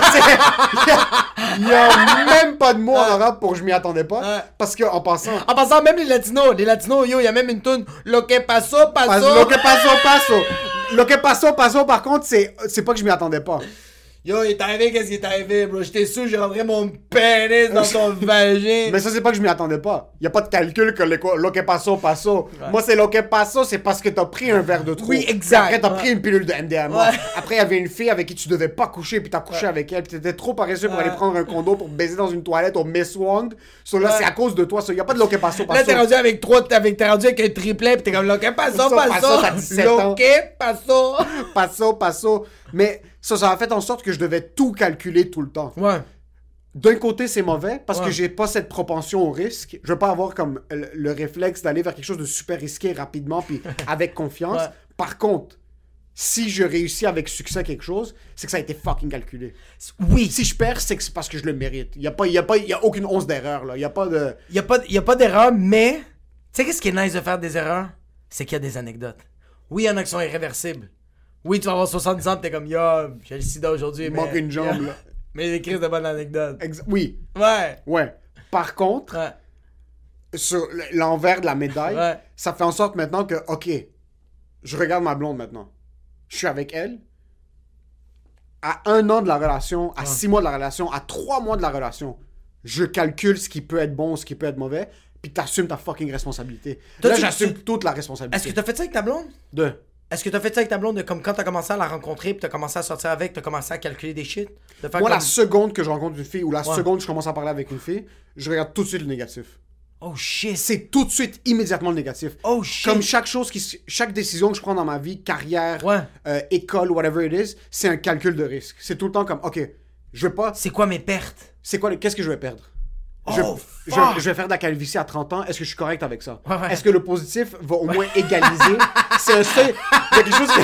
Il y a même pas de mot en arabe pour je m'y attendais pas. Parce que en passant, même les latinos, yo, il y a même une tune Lo que paso. Lo que paso. Lo que paso, par contre, c'est pas que je m'y attendais pas. Yo, il est arrivé, qu'est-ce qui est arrivé, bro? J'étais sûr, j'ai rentré mon pénis dans ton vagin. Mais ça, c'est pas que je m'y attendais pas. Y a pas de calcul que lo que paso. Ouais. Moi, c'est lo que paso, c'est parce que t'as pris un verre de trop. Oui, exact. Après, t'as pris une pilule de MDMA. Ouais. Après, il y avait une fille avec qui tu devais pas coucher, puis t'as couché avec elle, puis t'étais trop paresseux pour aller prendre un condo pour baiser dans une toilette au Miss Wong. So là, c'est à cause de toi. So, y a pas de lo que paso. Là, t'es rendu avec un triplet, puis t'es comme lo que paso. T'as 17 ans. Lo que paso. Mais ça a fait en sorte que je devais tout calculer tout le temps. Ouais. D'un côté, c'est mauvais parce que j'ai pas cette propension au risque. Je veux pas avoir comme le réflexe d'aller vers quelque chose de super risqué rapidement puis avec confiance. Ouais. Par contre, si je réussis avec succès quelque chose, c'est que ça a été fucking calculé. Oui. Si je perds, c'est que c'est parce que je le mérite. Il y a aucune once d'erreur là. Il y a pas de... Il y a pas d'erreur, mais... Tu sais qu'est-ce qui est nice de faire des erreurs? C'est qu'il y a des anecdotes. Oui, il y en a qui sont irréversibles. Oui, tu vas avoir 70 ans, t'es comme, yo, j'ai le sida aujourd'hui. Il manque une jambe, là. Mais des crises de bonnes anecdotes. Oui. Ouais. Par contre, sur l'envers de la médaille, ça fait en sorte maintenant que, OK, je regarde ma blonde maintenant. Je suis avec elle. À 1 an de la relation, à 6 mois de la relation, à 3 mois de la relation, je calcule ce qui peut être bon, ce qui peut être mauvais, puis t'assumes ta fucking responsabilité. Là, j'assume toute la responsabilité. Est-ce que t'as fait ça avec ta blonde? Est-ce que t'as fait ça avec ta blonde, comme quand t'as commencé à la rencontrer, puis t'as commencé à sortir avec, t'as commencé à calculer des shit? Moi, la seconde que je rencontre une fille, ou la seconde que je commence à parler avec une fille, je regarde tout de suite le négatif. Oh shit! C'est tout de suite, immédiatement le négatif. Oh shit! Comme chaque décision que je prends dans ma vie, carrière, école, whatever it is, c'est un calcul de risque. C'est tout le temps comme, OK, je vais pas... C'est quoi mes pertes? Qu'est-ce que je vais perdre? Je vais faire de la calvitie à 30 ans. Est-ce que je suis correct avec ça? Est-ce que le positif va au moins égaliser? C'est un seuil... Il y a quelque chose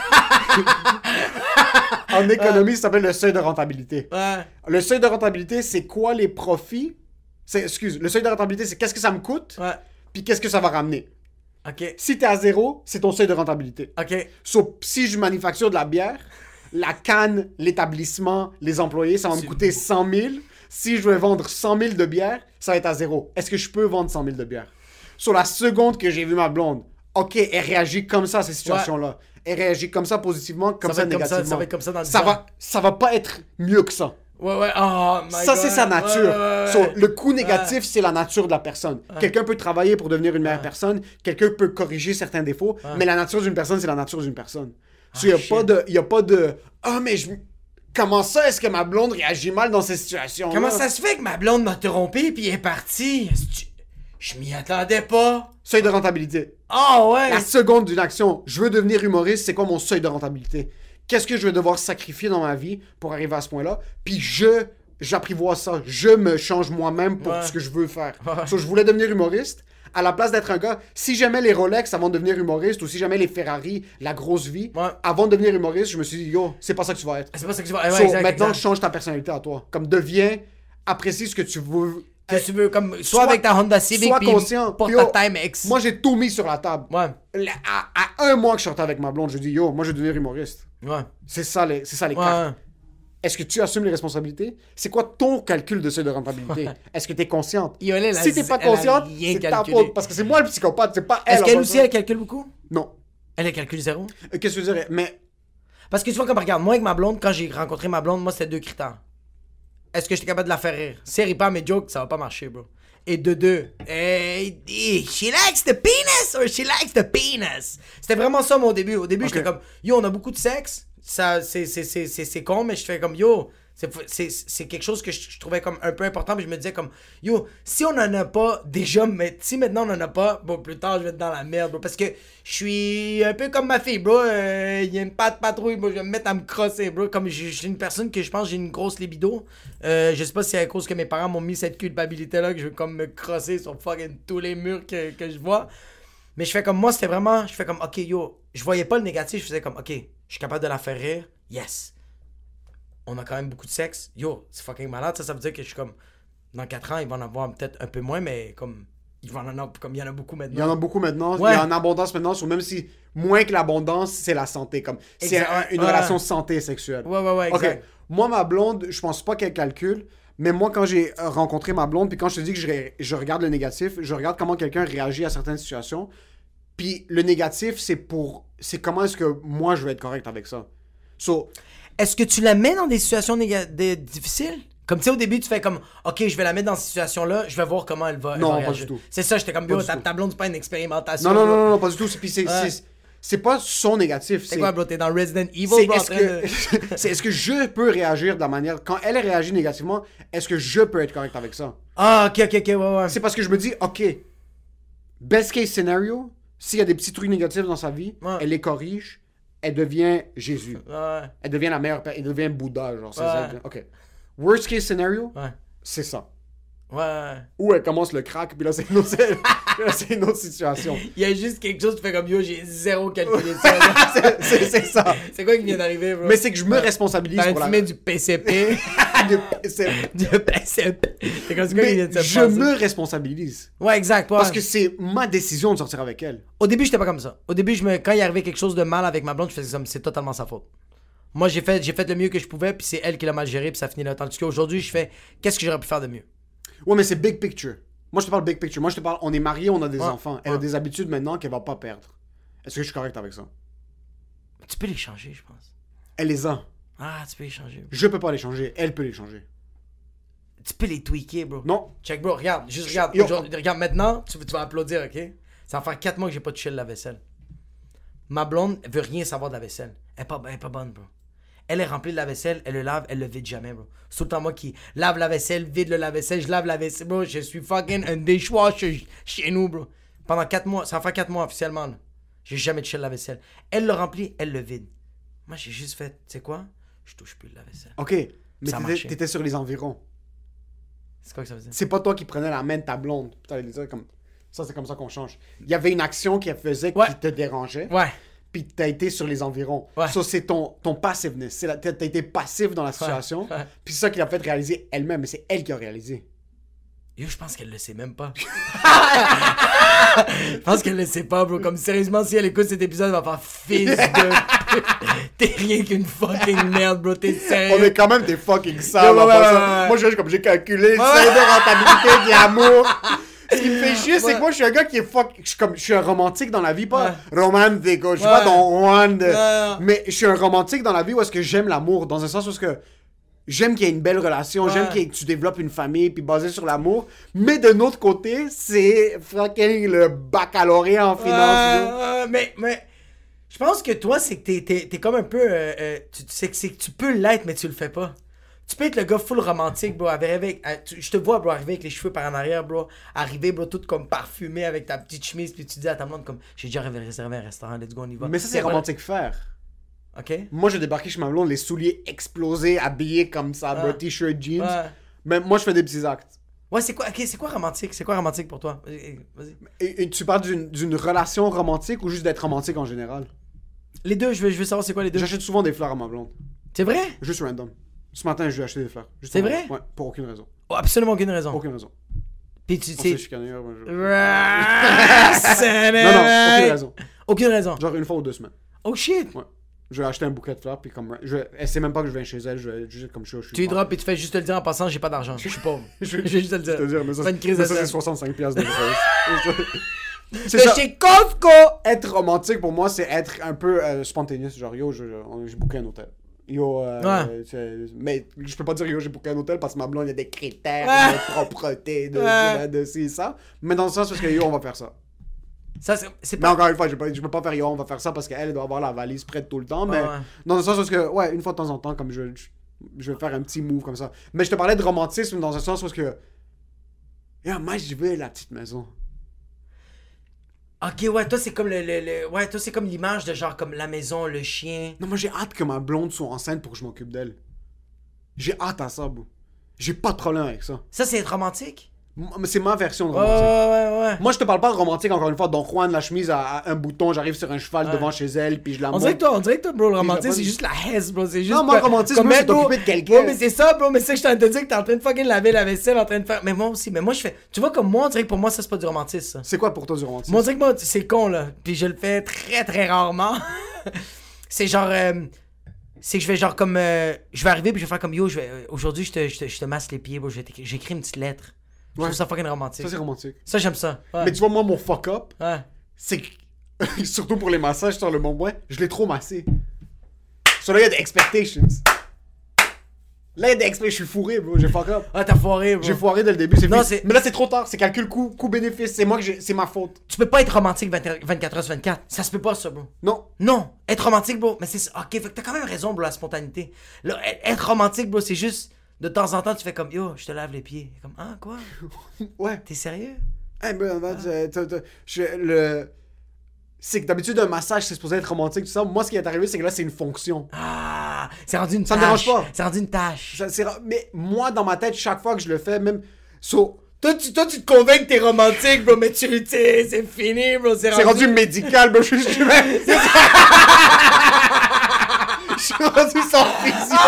en économie, ça s'appelle le seuil de rentabilité. Le seuil de rentabilité, c'est quoi les profits? Le seuil de rentabilité, c'est qu'est-ce que ça me coûte? Puis qu'est-ce que ça va ramener? OK. Si t'es à 0, c'est ton seuil de rentabilité. OK. So, si je manufacture de la bière, la canne, l'établissement, les employés, ça va me coûter 100 000. Si je veux vendre 100 000 de bière, ça va être à 0. Est-ce que je peux vendre 100 000 de bière? Sur la seconde que j'ai vu ma blonde OK, elle réagit comme ça à ces situations-là. Elle réagit comme ça positivement, comme ça négativement. Ça va être comme ça dans le temps. Ça va pas être mieux que ça. Ouais, oh my ça, God. c'est sa nature. Ouais. So, le coup négatif, c'est la nature de la personne. Quelqu'un peut travailler pour devenir une meilleure personne, quelqu'un peut corriger certains défauts, mais la nature d'une personne, c'est la nature d'une personne. So, il n'y a pas de mais comment ça, est-ce que ma blonde réagit mal dans ces situations-là? Comment ça se fait que ma blonde m'a trompé puis est partie? Je m'y attendais pas. Seuil de rentabilité. Ouais. La seconde d'une action. Je veux devenir humoriste, c'est quoi mon seuil de rentabilité? Qu'est-ce que je vais devoir sacrifier dans ma vie pour arriver à ce point-là? Puis j'apprivoise ça. Je me change moi-même pour ce que je veux faire. So, je voulais devenir humoriste. À la place d'être un gars, si j'aimais les Rolex avant de devenir humoriste, ou si j'aimais les Ferrari, la grosse vie, avant de devenir humoriste, je me suis dit, c'est pas ça que tu vas être. C'est pas ça que tu vas être. Maintenant, change ta personnalité à toi. Comme deviens, apprécie ce que tu veux. Que tu veux, comme, soit avec ta Honda Civic, sois conscient. Pour ta Timex. Moi, j'ai tout mis sur la table. Ouais. À un mois que je sortais avec ma blonde, je dis, moi, je vais devenir humoriste. Ouais. C'est ça les cartes. Est-ce que tu assumes les responsabilités? C'est quoi ton calcul de seuil de rentabilité? Est-ce que tu es consciente? Si t'es pas consciente, c'est ta faute. Parce que c'est moi le psychopathe, c'est pas elle. Est-ce qu'elle aussi, elle calcule beaucoup? Non. Elle calcule zéro? Qu'est-ce que je dirais? Mais... Parce que tu vois, comme regarde, moi avec ma blonde, quand j'ai rencontré ma blonde, moi c'était 2 critères. Est-ce que j'étais capable de la faire rire? Si elle rit pas à mes jokes, ça va pas marcher, bro. Et de 2, she likes the penis or she likes the penis. C'était vraiment ça, moi, au début. Au début, j'étais comme, on a beaucoup de sexe. Ça, c'est con, mais je fais comme, c'est quelque chose que je trouvais comme un peu important. Puis je me disais comme, si on en a pas déjà, mais si maintenant on en a pas, bon, plus tard, je vais être dans la merde, bro. Parce que je suis un peu comme ma fille, bro. Il y a une patrouille, bro. Je vais me mettre à me crosser, bro. Comme je suis une personne que je pense j'ai une grosse libido. Je sais pas si c'est à cause que mes parents m'ont mis cette culpabilité-là que je veux comme me crosser sur fucking tous les murs que je vois. Mais je fais comme, moi, c'était vraiment, je fais comme, OK, je voyais pas le négatif. Je faisais comme, OK, je suis capable de la faire rire. Yes. On a quand même beaucoup de sexe. C'est fucking malade. Ça veut dire que je suis comme, dans 4 ans, il va en avoir peut-être un peu moins, mais comme, il y en a beaucoup maintenant. Il y en a beaucoup maintenant. Ouais. Il y a en abondance maintenant. Ou même si, moins que l'abondance, c'est la santé. Comme, c'est une relation santé sexuelle. Ouais, exact. OK. Moi, ma blonde, je pense pas qu'elle calcule. Mais moi, quand j'ai rencontré ma blonde, puis quand je te dis que je regarde le négatif, je regarde comment quelqu'un réagit à certaines situations. Puis le négatif, c'est comment est-ce que moi, je vais être correct avec ça. Est-ce que tu la mets dans des situations difficiles? Comme tu sais, au début, tu fais comme, OK, je vais la mettre dans cette situation-là, je vais voir comment elle va réagir. Pas du tout. C'est ça, j'étais comme, ta blonde, c'est pas une expérimentation. Non, pas du tout. Puis c'est pas son négatif. C'est quoi, bro? T'es dans Resident Evil, bro? Est-ce que je peux réagir de la manière... Quand elle réagit négativement, est-ce que je peux être correct avec ça? Ah, OK, ouais. C'est parce que je me dis, OK, best case scenario, s'il y a des petits trucs négatifs dans sa vie, elle les corrige, elle devient Jésus. Elle devient la meilleure personne, elle devient Bouddha, genre. OK. Worst case scenario, c'est ça. Ouais. Ou elle commence le crack, puis là, c'est une autre situation. Il y a juste quelque chose qui fait comme, j'ai zéro calculé ça. c'est ça. C'est quoi qui vient d'arriver, bro? Mais c'est que je me responsabilise pour la... du PCP. Du PCP. C'est comme ça qui vient de se passer. Je me responsabilise. Ouais, exact. Ouais. Parce que c'est ma décision de sortir avec elle. Au début, j'étais pas comme ça. Au début, quand il arrivait quelque chose de mal avec ma blonde, je faisais comme, c'est totalement sa faute. Moi, j'ai fait le mieux que je pouvais, puis c'est elle qui l'a mal géré, puis ça finit là. Tandis qu'aujourd'hui, je fais, qu'est-ce que j'aurais pu faire de mieux? Ouais, mais c'est big picture. Moi, je te parle big picture. Moi, je te parle, on est mariés, on a des enfants. Elle a des habitudes maintenant qu'elle va pas perdre. Est-ce que je suis correct avec ça? Tu peux les changer, je pense. Elle les a. Ah, tu peux les changer. Bro. Je peux pas les changer. Elle peut les changer. Tu peux les tweaker, bro. Non. Check, bro. Regarde. Regarde maintenant. Tu vas applaudir, OK? Ça va faire 4 mois que j'ai pas touché la vaisselle. Ma blonde veut rien savoir de la vaisselle. Elle est pas bonne, bro. Elle est remplie de la vaisselle, elle le lave, elle le vide jamais, bro. C'est tout le temps moi qui lave la vaisselle, vide le lave-vaisselle, je lave la vaisselle, bro. Je suis fucking un dishwasher chez nous, bro. Pendant 4 mois, ça va faire 4 mois officiellement, là. J'ai jamais touché la vaisselle. Elle le remplit, elle le vide. Moi, j'ai juste fait, tu sais quoi? Je touche plus de la vaisselle. OK, mais t'étais sur les environs. C'est quoi que ça veut dire? C'est pas toi qui prenais la main de ta blonde. Putain, elle disait comme... Ça, c'est comme ça qu'on change. Il y avait une action qu'elle faisait qui te dérangeait. Ouais. Puis t'as été sur les environs. Ouais. Ça, c'est ton passiveness. T'as été passif dans la situation. Ouais. Puis c'est ça qui l'a fait réaliser elle-même. Mais c'est elle qui a réalisé. Yo, je pense qu'elle le sait même pas. Je pense qu'elle le sait pas, bro. Comme sérieusement, si elle écoute cet épisode, elle va faire fils de... T'es rien qu'une fucking merde, bro. T'es sérieux. On est quand même des fucking sales. Moi, j'ai calculé le seuil de rentabilité de l'amour. Ce qui me fait chier, c'est que moi, je suis un gars qui est je suis un romantique dans la vie, pas romantique. Je suis pas dans Juan. Mais je suis un romantique dans la vie où est-ce que j'aime l'amour, dans un sens où est-ce que j'aime qu'il y ait une belle relation, j'aime que tu développes une famille, puis basé sur l'amour. Mais de notre côté, c'est fucking le baccalauréat en finance. Mais je pense que toi, c'est que t'es comme un peu... c'est que tu peux l'être, mais tu le fais pas. Tu peux être le gars full romantique, bro. Je te vois, bro, arriver avec les cheveux par en arrière, bro. Arriver, bro, tout comme parfumé avec ta petite chemise, puis tu dis à ta blonde comme j'ai déjà réservé un restaurant, let's go, on y va. Mais ça, c'est romantique faire. Ok. Moi, je débarquais chez ma blonde, les souliers explosés, habillé comme ça, bro, t-shirt, jeans. Mais moi, je fais des petits actes. Ouais, c'est quoi romantique? C'est quoi romantique pour toi? Vas-y. Et tu parles d'une relation romantique ou juste d'être romantique en général? Les deux, je veux savoir c'est quoi les deux. J'achète souvent des fleurs à ma blonde. C'est vrai? Juste random. Ce matin, je lui ai acheté des fleurs. C'est vrai? Ouais, pour aucune raison. Oh, absolument aucune raison. Aucune raison. Puis tu sais. On sais. s'est chicané. Non, aucune raison. Aucune raison. Genre une fois ou 2 semaines. Oh shit! Ouais. Je vais acheter un bouquet de fleurs, puis comme. Elle sait même pas que je viens chez elle, je vais juste comme je suis. Tu y drops et tu fais juste te le dire en passant, j'ai pas d'argent. Je suis pauvre. Je vais juste te le dire. Mais ça, pas une crise de ça c'est 65$ de rose. C'est ça. Chez Costco! Être romantique pour moi, c'est être un peu spontané. Genre, yo, j'ai booké un hôtel. Yo, mais je peux pas dire yo, j'ai booké un hôtel parce que ma blonde, il y a des critères de propreté, de ci et ça. Mais dans le sens parce que yo, on va faire ça. C'est pas... Mais encore une fois, je peux pas faire yo, on va faire ça parce qu'elle doit avoir la valise prête tout le temps. Mais dans le sens parce que, ouais, une fois de temps en temps, comme je vais faire un petit move comme ça. Mais je te parlais de romantisme dans un sens parce que, yo, moi, je veux la petite maison. Ok, ouais, toi c'est comme ouais, toi c'est comme l'image de genre comme la maison, le chien. Non, moi j'ai hâte que ma blonde soit enceinte pour que je m'occupe d'elle. J'ai hâte à ça, bro. J'ai pas de problème avec ça. Ça c'est être romantique? C'est ma version de romantique. Ouais. Moi je te parle pas de romantique encore une fois. Don Juan, la chemise à un bouton, j'arrive sur un cheval devant chez elle, puis je la monte. On dirait que toi, bro, le romantique c'est juste la hesse, bro. C'est juste. Non, moi, romantique, c'est t'occuper de quelqu'un. Mais c'est ça, bro. Mais c'est que je suis en train de te dire que t'es en train de fucking laver la vaisselle, en train de faire. Mais moi aussi, mais moi je fais. Tu vois, comme moi, on dirait que pour moi ça c'est pas du romantisme, ça. C'est quoi pour toi du romantisme? Moi, on dirait que moi, c'est con, là. Puis je le fais très, très rarement. C'est genre. C'est que je vais genre comme. Je vais arriver, puis je vais faire comme yo, aujourd'hui, je te masse les pieds, bro. J'écris une petite lettre. Je trouve ça fucking romantique. Ça, c'est romantique. Ça, j'aime ça. Ouais. Mais tu vois, moi, mon fuck-up, c'est que, surtout pour les massages sur le bon bois, je l'ai trop massé. Sur là, il y a des expectations. Là, il y a des expectations. Je suis fourré, bro. J'ai fuck up. Ah, t'as foiré, bro. J'ai foiré dès le début. Non, mais là, c'est trop tard. C'est calcul coût-bénéfice. C'est moi c'est ma faute. Tu peux pas être romantique 24h/24. Ça se peut pas, ça, bro. Non. Être romantique, bro. Mais c'est. Ok, fait que t'as quand même raison, bro, la spontanéité. Là, être romantique, bro, c'est juste. De temps en temps, tu fais comme yo, je te lave les pieds. Comme ah, quoi? Ouais. T'es sérieux? Eh ben, c'est que d'habitude, un massage, c'est supposé être romantique, tout ça. Moi, ce qui est arrivé, c'est que là, c'est une fonction. Ah, c'est rendu une tâche. Ça me dérange pas. C'est rendu une tâche. Mais moi, dans ma tête, chaque fois que je le fais, même. Toi, tu te convaincs que t'es romantique, bro, mais c'est fini, bro. C'est rendu médical, bro. Je suis rendu sans physio.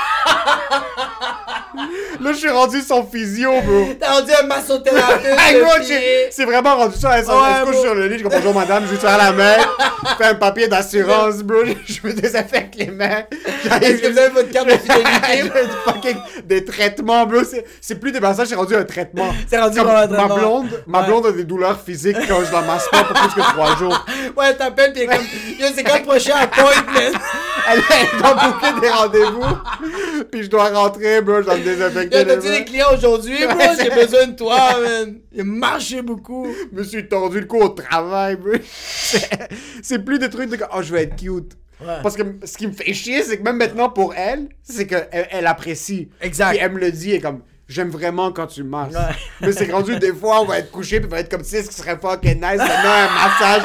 Là, je suis rendu sans physio, bro. T'as rendu un massothérapeute. C'est vraiment rendu ça. Elle se couche sur le lit. Je dis bonjour, madame, je vais te faire la main. Je fais un papier d'assurance, bro. Je me désinfecte les mains. Est-ce que vous avez votre carte de fidélité? Des traitements, bro. C'est plus des massages, c'est rendu un traitement. C'est rendu un traitement. Ma blonde a des douleurs physiques quand je la masse pas pour plus que 3 jours. Ouais, t'appelles, pis comme. Yo, c'est quand le prochain appointment? Elle doit booker des rendez-vous. Puis je dois rentrer, bro. Je dois me désinfecter. Yo, t'as-tu des clients aujourd'hui, bro? J'ai besoin de toi, man. Il a marché beaucoup. Je me suis tordu le cou au travail, bro. C'est plus des trucs de oh, je vais être cute. Ouais. Parce que ce qui me fait chier, c'est que même maintenant pour elle, c'est qu'elle apprécie. Exact. Puis elle me le dit, elle est comme j'aime vraiment quand tu masses. Ouais. Mais c'est rendu des fois, on va être couché, puis on va être comme si ce qui serait fucking nice. Maintenant, un massage,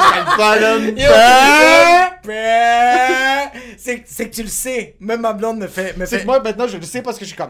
c'est que tu le sais. Même ma blonde me fait. C'est que moi, maintenant, je le sais parce que je suis comme.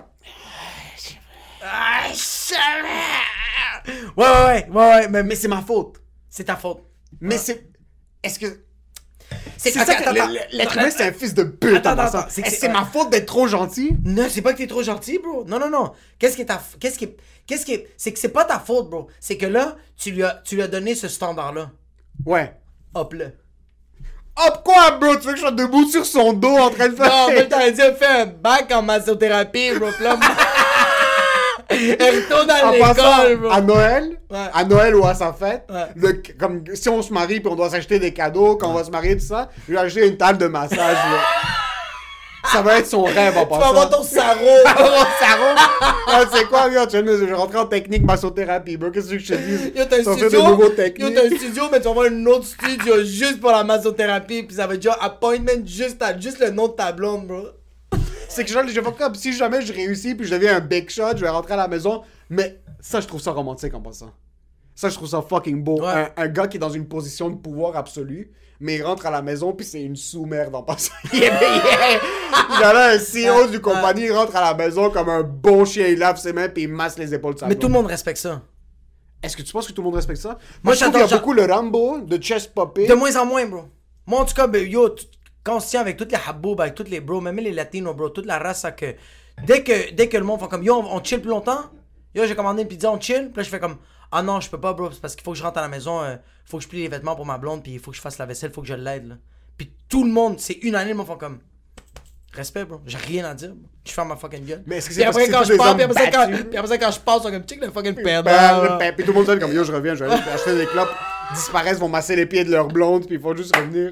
Ouais, mais c'est ma faute. C'est ta faute. Mais c'est. Est-ce que. C'est ça que l'être humain, c'est un fils de pute. Attends. C'est ma faute d'être trop gentil? Non, c'est pas que t'es trop gentil, bro. Non. C'est que c'est pas ta faute, bro. C'est que là, tu lui as donné ce standard-là. Ouais. Hop là. Hop quoi, bro? Tu veux que je sois debout sur son dos en train de faire... Non, mais t'aurais dit, fais un bac en massothérapie, bro. Elle retourne à En l'école, passant, bro. à Noël ou à sa fête, Ouais. comme si on se marie puis on doit s'acheter des cadeaux, quand on va se marier, tout ça, je vais acheter une table de massage. Là. Ça va être son rêve en passant. Tu vas avoir ton sarrau. C'est quoi, regarde, je vais rentrer en technique massothérapie, bro. Qu'est-ce que je te dis? Yo, t'as un Ça fait studio. de nouveaux techniques. Yo, t'as un studio, mais tu vas avoir un autre studio juste pour la massothérapie. Puis ça va être genre appointment juste le nom de ta blonde, bro. C'est que genre, je vais comme si jamais je réussis puis je deviens un big shot, je vais rentrer à la maison. Mais ça, je trouve ça romantique en passant. Ça, je trouve ça fucking beau. Ouais. Un gars qui est dans une position de pouvoir absolu, mais il rentre à la maison puis c'est une sous-merde en passant. Il y a un CEO du compagnie, il rentre à la maison comme un bon chien, il lave ses mains puis il masse les épaules de sa Mais blonde. tout le monde respecte ça. Est-ce que tu penses que tout le monde respecte ça? Moi, je trouve qu'il y a beaucoup le Rambo de chest popping. De moins en moins, bro. Moi, en tout cas, ben, yo, quand on se tient avec toutes les haboubs, avec tous les bros, même les latinos, bro, toute la race, ça que... Dès que le monde fait comme, yo, on chill plus longtemps, yo, j'ai commandé une pizza, on chill, puis là, je fais comme, ah non, je peux pas, bro, c'est parce qu'il faut que je rentre à la maison, faut que je plie les vêtements pour ma blonde, puis il faut que je fasse la vaisselle, faut que je l'aide, là. Puis tout le monde, c'est unanime, ils font comme, respect, bro, j'ai rien à dire, bro. Je ferme ma fucking gueule. Mais est-ce que Puis c'est parce après, que quand c'est je tous parle, des puis après ça, hommes puis après ça, quand je passe, on comme, check le fucking perdant. Puis tout le monde dit comme, yo, je reviens, je vais aller acheter des clopes, disparaissent, vont masser les pieds de leur blonde, puis ils font juste revenir.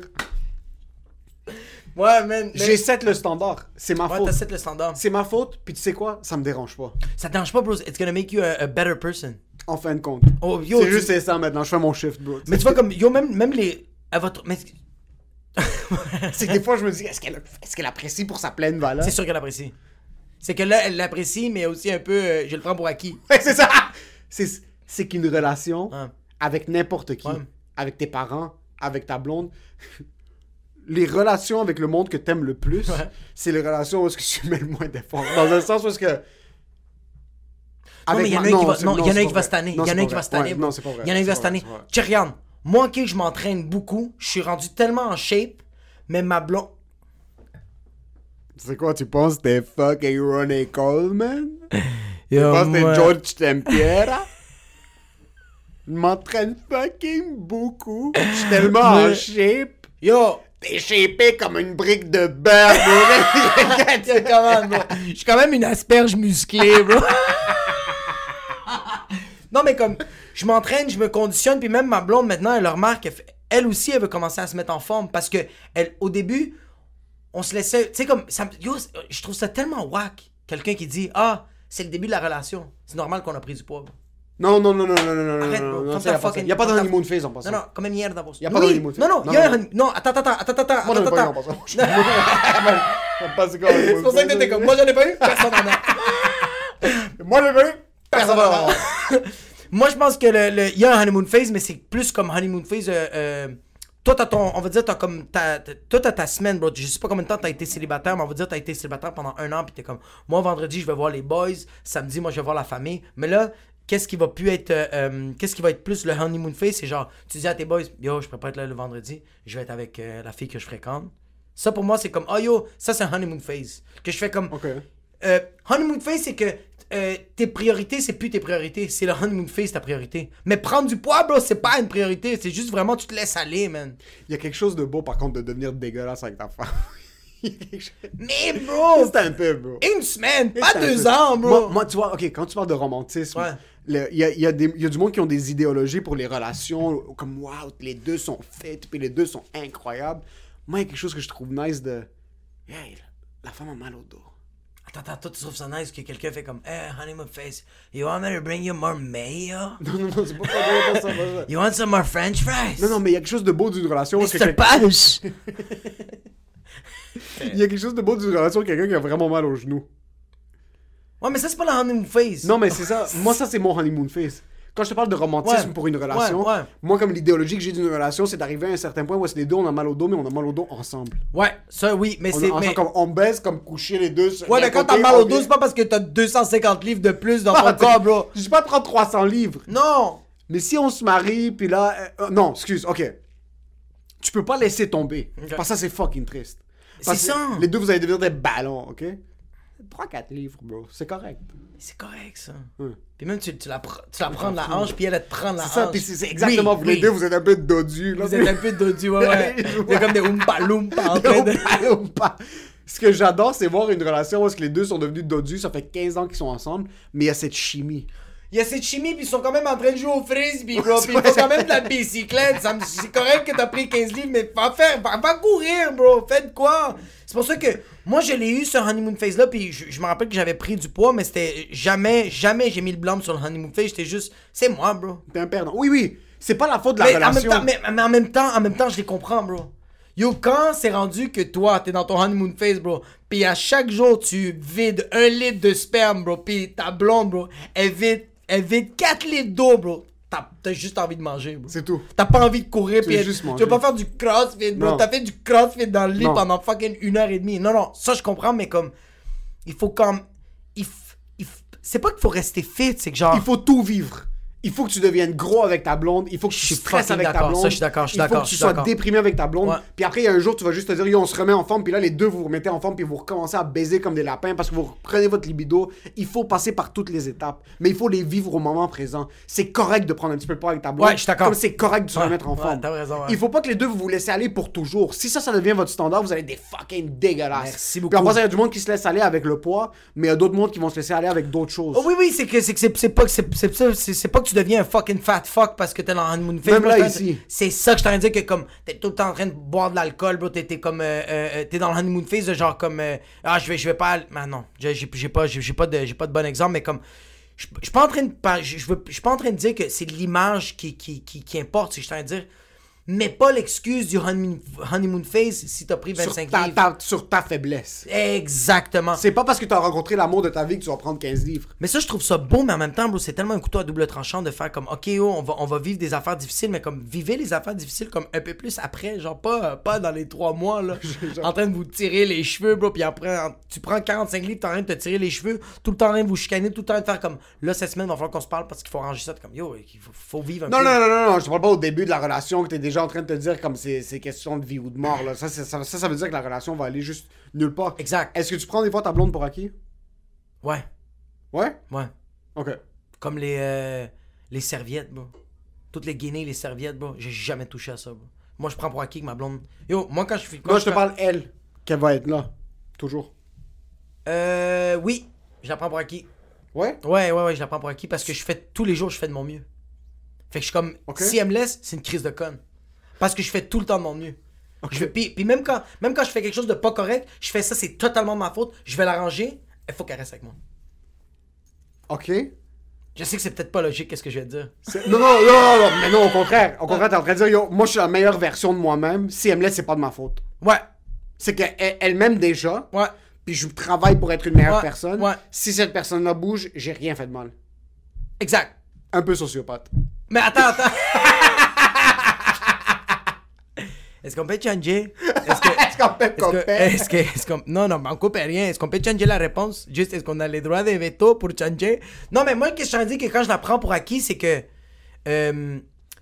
Ouais, man. J'ai set le standard. C'est ma Ouais, faute. t'as set le standard. C'est ma faute, puis tu sais quoi? Ça me dérange pas. Ça te dérange pas, bro. It's gonna make you a better person. En fin de compte. Oh, yo, C'est juste ça maintenant, je fais mon shift, bro. Mais tu vois, comme, yo, même les. À votre. Mais C'est que des fois, je me dis, est-ce qu'elle apprécie pour sa pleine valeur? c'est sûr qu'elle apprécie. C'est que là, elle l'apprécie, mais aussi un peu. Je le prends pour acquis. Ouais, c'est ça! C'est qu'une relation Ouais. avec n'importe qui, Ouais. avec tes parents, avec ta blonde, les relations avec le monde que t'aimes le plus, Ouais. c'est les relations où est-ce que tu mets le moins d'efforts. Dans un sens où est-ce que... Non, mais il y en a un qui va. Non, il y en a un qui va se tanner. Il y en a un qui va se tanner. Non, c'est pas vrai. Il y en a un qui va se tanner. Tu regarde. Moi, ok, je m'entraîne beaucoup. Je suis rendu tellement en shape. Mais ma blonde. C'est quoi, tu penses que t'es fucking Ronnie Coleman? Tu Yo, penses que t'es moi- George Tempiera? Je m'entraîne fucking beaucoup. Je suis tellement en shape. Yo! T'es shapé comme une brique de beurre, bro. C'est comment, bro? Je suis quand même une asperge musclée, bro. Non, mais comme, je m'entraîne, je me conditionne, puis même ma blonde, maintenant, elle le remarque, elle aussi, elle veut commencer à se mettre en forme, parce que, au début, on se laissait, tu sais, comme, yo, je trouve ça tellement whack, quelqu'un qui dit, ah, c'est le début de la relation, c'est normal qu'on a pris du poids, bro. Non. Arrête, bro, non, comme ça, ta y a pas fucking- ça. Y a pas de comme ta- honeymoon phase en passant. Non, comme une merde, bro. Y a pas de honeymoon phase. Non, Non, y a non. un non, attends. Moi, j'en ai pas eu en passant. C'est pour ça que t'étais comme, moi, j'en ai pas eu, personne en a. Moi, j'ai pas eu. Personne va l'avoir. Moi, je pense que il y a un honeymoon phase, mais c'est plus comme honeymoon phase. Toi, t'as ton. On va dire, t'as comme. Toi, t'as ta semaine, bro. Je sais pas combien de temps t'as été célibataire, mais on va dire, t'as été célibataire pendant 1 an, pis t'es comme. Moi, vendredi, je vais voir les boys. Samedi, moi, je vais voir la famille. Mais là, qu'est-ce qui va plus être. Qu'est-ce qui va être plus le honeymoon phase? C'est genre, tu dis à tes boys, yo, je peux pas être là le vendredi. Je vais être avec la fille que je fréquente. Ça, pour moi, c'est comme, oh yo, ça, c'est un honeymoon phase. Que je fais comme. Ok. Honeymoon phase, c'est que tes priorités, c'est plus tes priorités. C'est le honeymoon phase, ta priorité. Mais prendre du poids, bro, c'est pas une priorité. C'est juste vraiment, tu te laisses aller, man. Il y a quelque chose de beau, par contre, de devenir dégueulasse avec ta femme. Mais, bro, C'est un peu, bro. une semaine, pas C'est un 2 peu. ans, bro. Moi, tu vois, ok, quand tu parles de romantisme, Ouais. il y a du monde qui ont des idéologies pour les relations, comme waouh, les deux sont faites, puis les deux sont incroyables. Moi, il y a quelque chose que je trouve nice de. Hey, la femme a mal au dos. Attends, toi, tu trouves ça nice que quelqu'un fait comme, hey, honeymoon phase, you want me to bring you more mayo? Non, c'est pas ça, pas ça. You want some more french fries? Non, mais il y a quelque chose de beau d'une relation. où est-ce que Mr. Punch! il y a quelque chose de beau d'une relation avec quelqu'un qui a vraiment mal aux genoux. Ouais, mais ça, c'est pas la honeymoon phase. Non, mais c'est ça. Moi, ça, c'est mon honeymoon phase. Quand je te parle de romantisme Ouais. pour une relation, Ouais. moi, comme l'idéologie que j'ai d'une relation, c'est d'arriver à un certain point où les deux, on a mal au dos, mais on a mal au dos ensemble. Ouais, ça, oui, mais c'est. Mais... On baisse comme coucher les deux sur Ouais, d'un mais quand côté, t'as mal au on dos, vient- c'est pas parce que t'as 250 livres de plus dans Ah, ton corps, bro. Je dis pas de prendre 300 livres. Non! Mais si on se marie, puis là... non, excuse, ok. Tu peux pas laisser tomber. Ok. Parce que ça, c'est fucking triste. C'est Parce que ça. Les deux, vous allez devenir des ballons, ok? 3-4 livres, bro. C'est correct. C'est correct, ça. Ouais. Puis même, tu la prends de la hanche, puis elle te prend de la C'est ça, hanche. puis c'est exactement... Oui, vous les oui. deux, vous êtes un peu dodus, là. Vous êtes un peu dodu, ouais. Vous êtes comme des oompa loompa en train de... Ou pas. Ce que j'adore, c'est voir une relation où est-ce que les deux sont devenus dodus, ça fait 15 ans qu'ils sont ensemble, mais il y a cette chimie. Il y a cette chimie, puis ils sont quand même en train de jouer au frisbee, bro. Puis ils font quand même de la bicyclette. C'est correct que t'as pris 15 livres, mais va courir, bro. Faites quoi? C'est pour ça que moi, je l'ai eu, ce honeymoon phase-là, puis je me rappelle que j'avais pris du poids, mais c'était jamais j'ai mis le blâme sur le honeymoon phase. J'étais juste, c'est moi, bro. T'es un perdant. Oui. C'est pas la faute de la relation. En même temps, je les comprends, bro. Yo, quand c'est rendu que toi, t'es dans ton honeymoon phase, bro, pis à chaque jour, tu vides 1 litre de sperme, bro, pis ta blonde, bro, elle vide 4 litres d'eau, bro. T'as juste envie de manger, bro. C'est tout. T'as pas envie de courir, pis juste tu vas pas faire du crossfit, bro. Non. T'as fait du crossfit dans le lit Non. pendant fucking 1h30. Non, ça je comprends, mais comme, il faut comme, c'est pas qu'il faut rester fit, c'est que genre... Il faut tout vivre. Il faut que tu deviennes gros avec ta blonde. Il faut que tu stresses avec ta blonde. Ça, je suis d'accord. Il faut que tu sois déprimé avec ta blonde. Ouais. Puis après, il y a un jour, tu vas juste te dire, yo, on se remet en forme. Puis là, les deux, vous vous remettez en forme. Puis vous recommencez à baiser comme des lapins parce que vous reprenez votre libido. Il faut passer par toutes les étapes. Mais il faut les vivre au moment présent. C'est correct de prendre un petit peu de poids avec ta blonde. Ouais, je suis d'accord. Comme c'est correct de se remettre en forme. T'as raison, ouais. Il faut pas que les deux, vous vous laissez aller pour toujours. Si ça devient votre standard, vous allez être des fucking dégueulasses. Merci beaucoup. Puis après, il y a du monde qui se laisse aller avec le poids. Mais il y a d'autres mondes qui vont se laisser aller avec d'autres choses. Oh oui, c'est pas que tu deviens un fucking fat fuck parce que t'es dans honeymoon phase. Même là, ici. C'est ça que je t'en dire que comme t'es tout le temps en train de boire de l'alcool, bro, t'es comme t'es dans le honeymoon phase de genre comme je vais pas non, j'ai pas de bon exemple, mais comme je suis pas en train de je suis pas en train de dire que c'est l'image qui importe, c'est je suis en train de dire mais pas l'excuse du honeymoon phase si t'as pris 25 livres. Sur ta faiblesse. Exactement. C'est pas parce que t'as rencontré l'amour de ta vie que tu vas prendre 15 livres. Mais ça, je trouve ça beau, mais en même temps, bro, c'est tellement un couteau à double tranchant de faire comme, OK, on va vivre des affaires difficiles, mais comme, vivez les affaires difficiles comme un peu plus après, genre pas dans les 3 mois, là, en train de vous tirer les cheveux, bro, puis après, tu prends 45 livres, t'es en train de te tirer les cheveux, tout le temps en train de vous chicaner, tout le temps en train de faire comme, là, cette semaine, il va falloir qu'on se parle parce qu'il faut ranger ça, comme, yo, il faut vivre un peu. Non, je te parle pas au début de la relation que t'es déjà en train de te dire comme c'est question de vie ou de mort, là. Ça veut dire que la relation va aller juste nulle part. Exact. Est-ce que tu prends des fois ta blonde pour acquis? Ouais. Ouais? Ouais. Ok. Comme les serviettes, bro. Toutes les guinées, les serviettes, bro. J'ai jamais touché à ça, bro. Moi, je prends pour acquis que ma blonde. Yo, moi, quand je fais. Moi, je te parle, elle, qu'elle va être là. Toujours. Oui. Je la prends pour acquis. Ouais? Ouais, je la prends pour acquis parce que tous les jours, je fais de mon mieux. Fait que je suis comme, si elle me laisse, c'est une crise de conne. Parce que je fais tout le temps de mon mieux. Okay. Puis même quand je fais quelque chose de pas correct, je fais ça, c'est totalement de ma faute. Je vais l'arranger, il faut qu'elle reste avec moi. Ok. Je sais que c'est peut-être pas logique, qu'est-ce que je vais te dire. Non, mais non, au contraire. Au contraire, t'es en train de dire, yo, moi, je suis la meilleure version de moi-même. Si elle me laisse, c'est pas de ma faute. Ouais. C'est qu'elle m'aime déjà. Ouais. Puis je travaille pour être une meilleure personne. Ouais. Si cette personne-là bouge, j'ai rien fait de mal. Exact. Un peu sociopathe. Mais attends. Est-ce qu'on peut changer? Non, mais on coupe rien. Est-ce qu'on peut changer la réponse? Juste, est-ce qu'on a les droits de veto pour changer? Non, mais moi, ce que je t'en dis que quand je la prends pour acquis, c'est que... je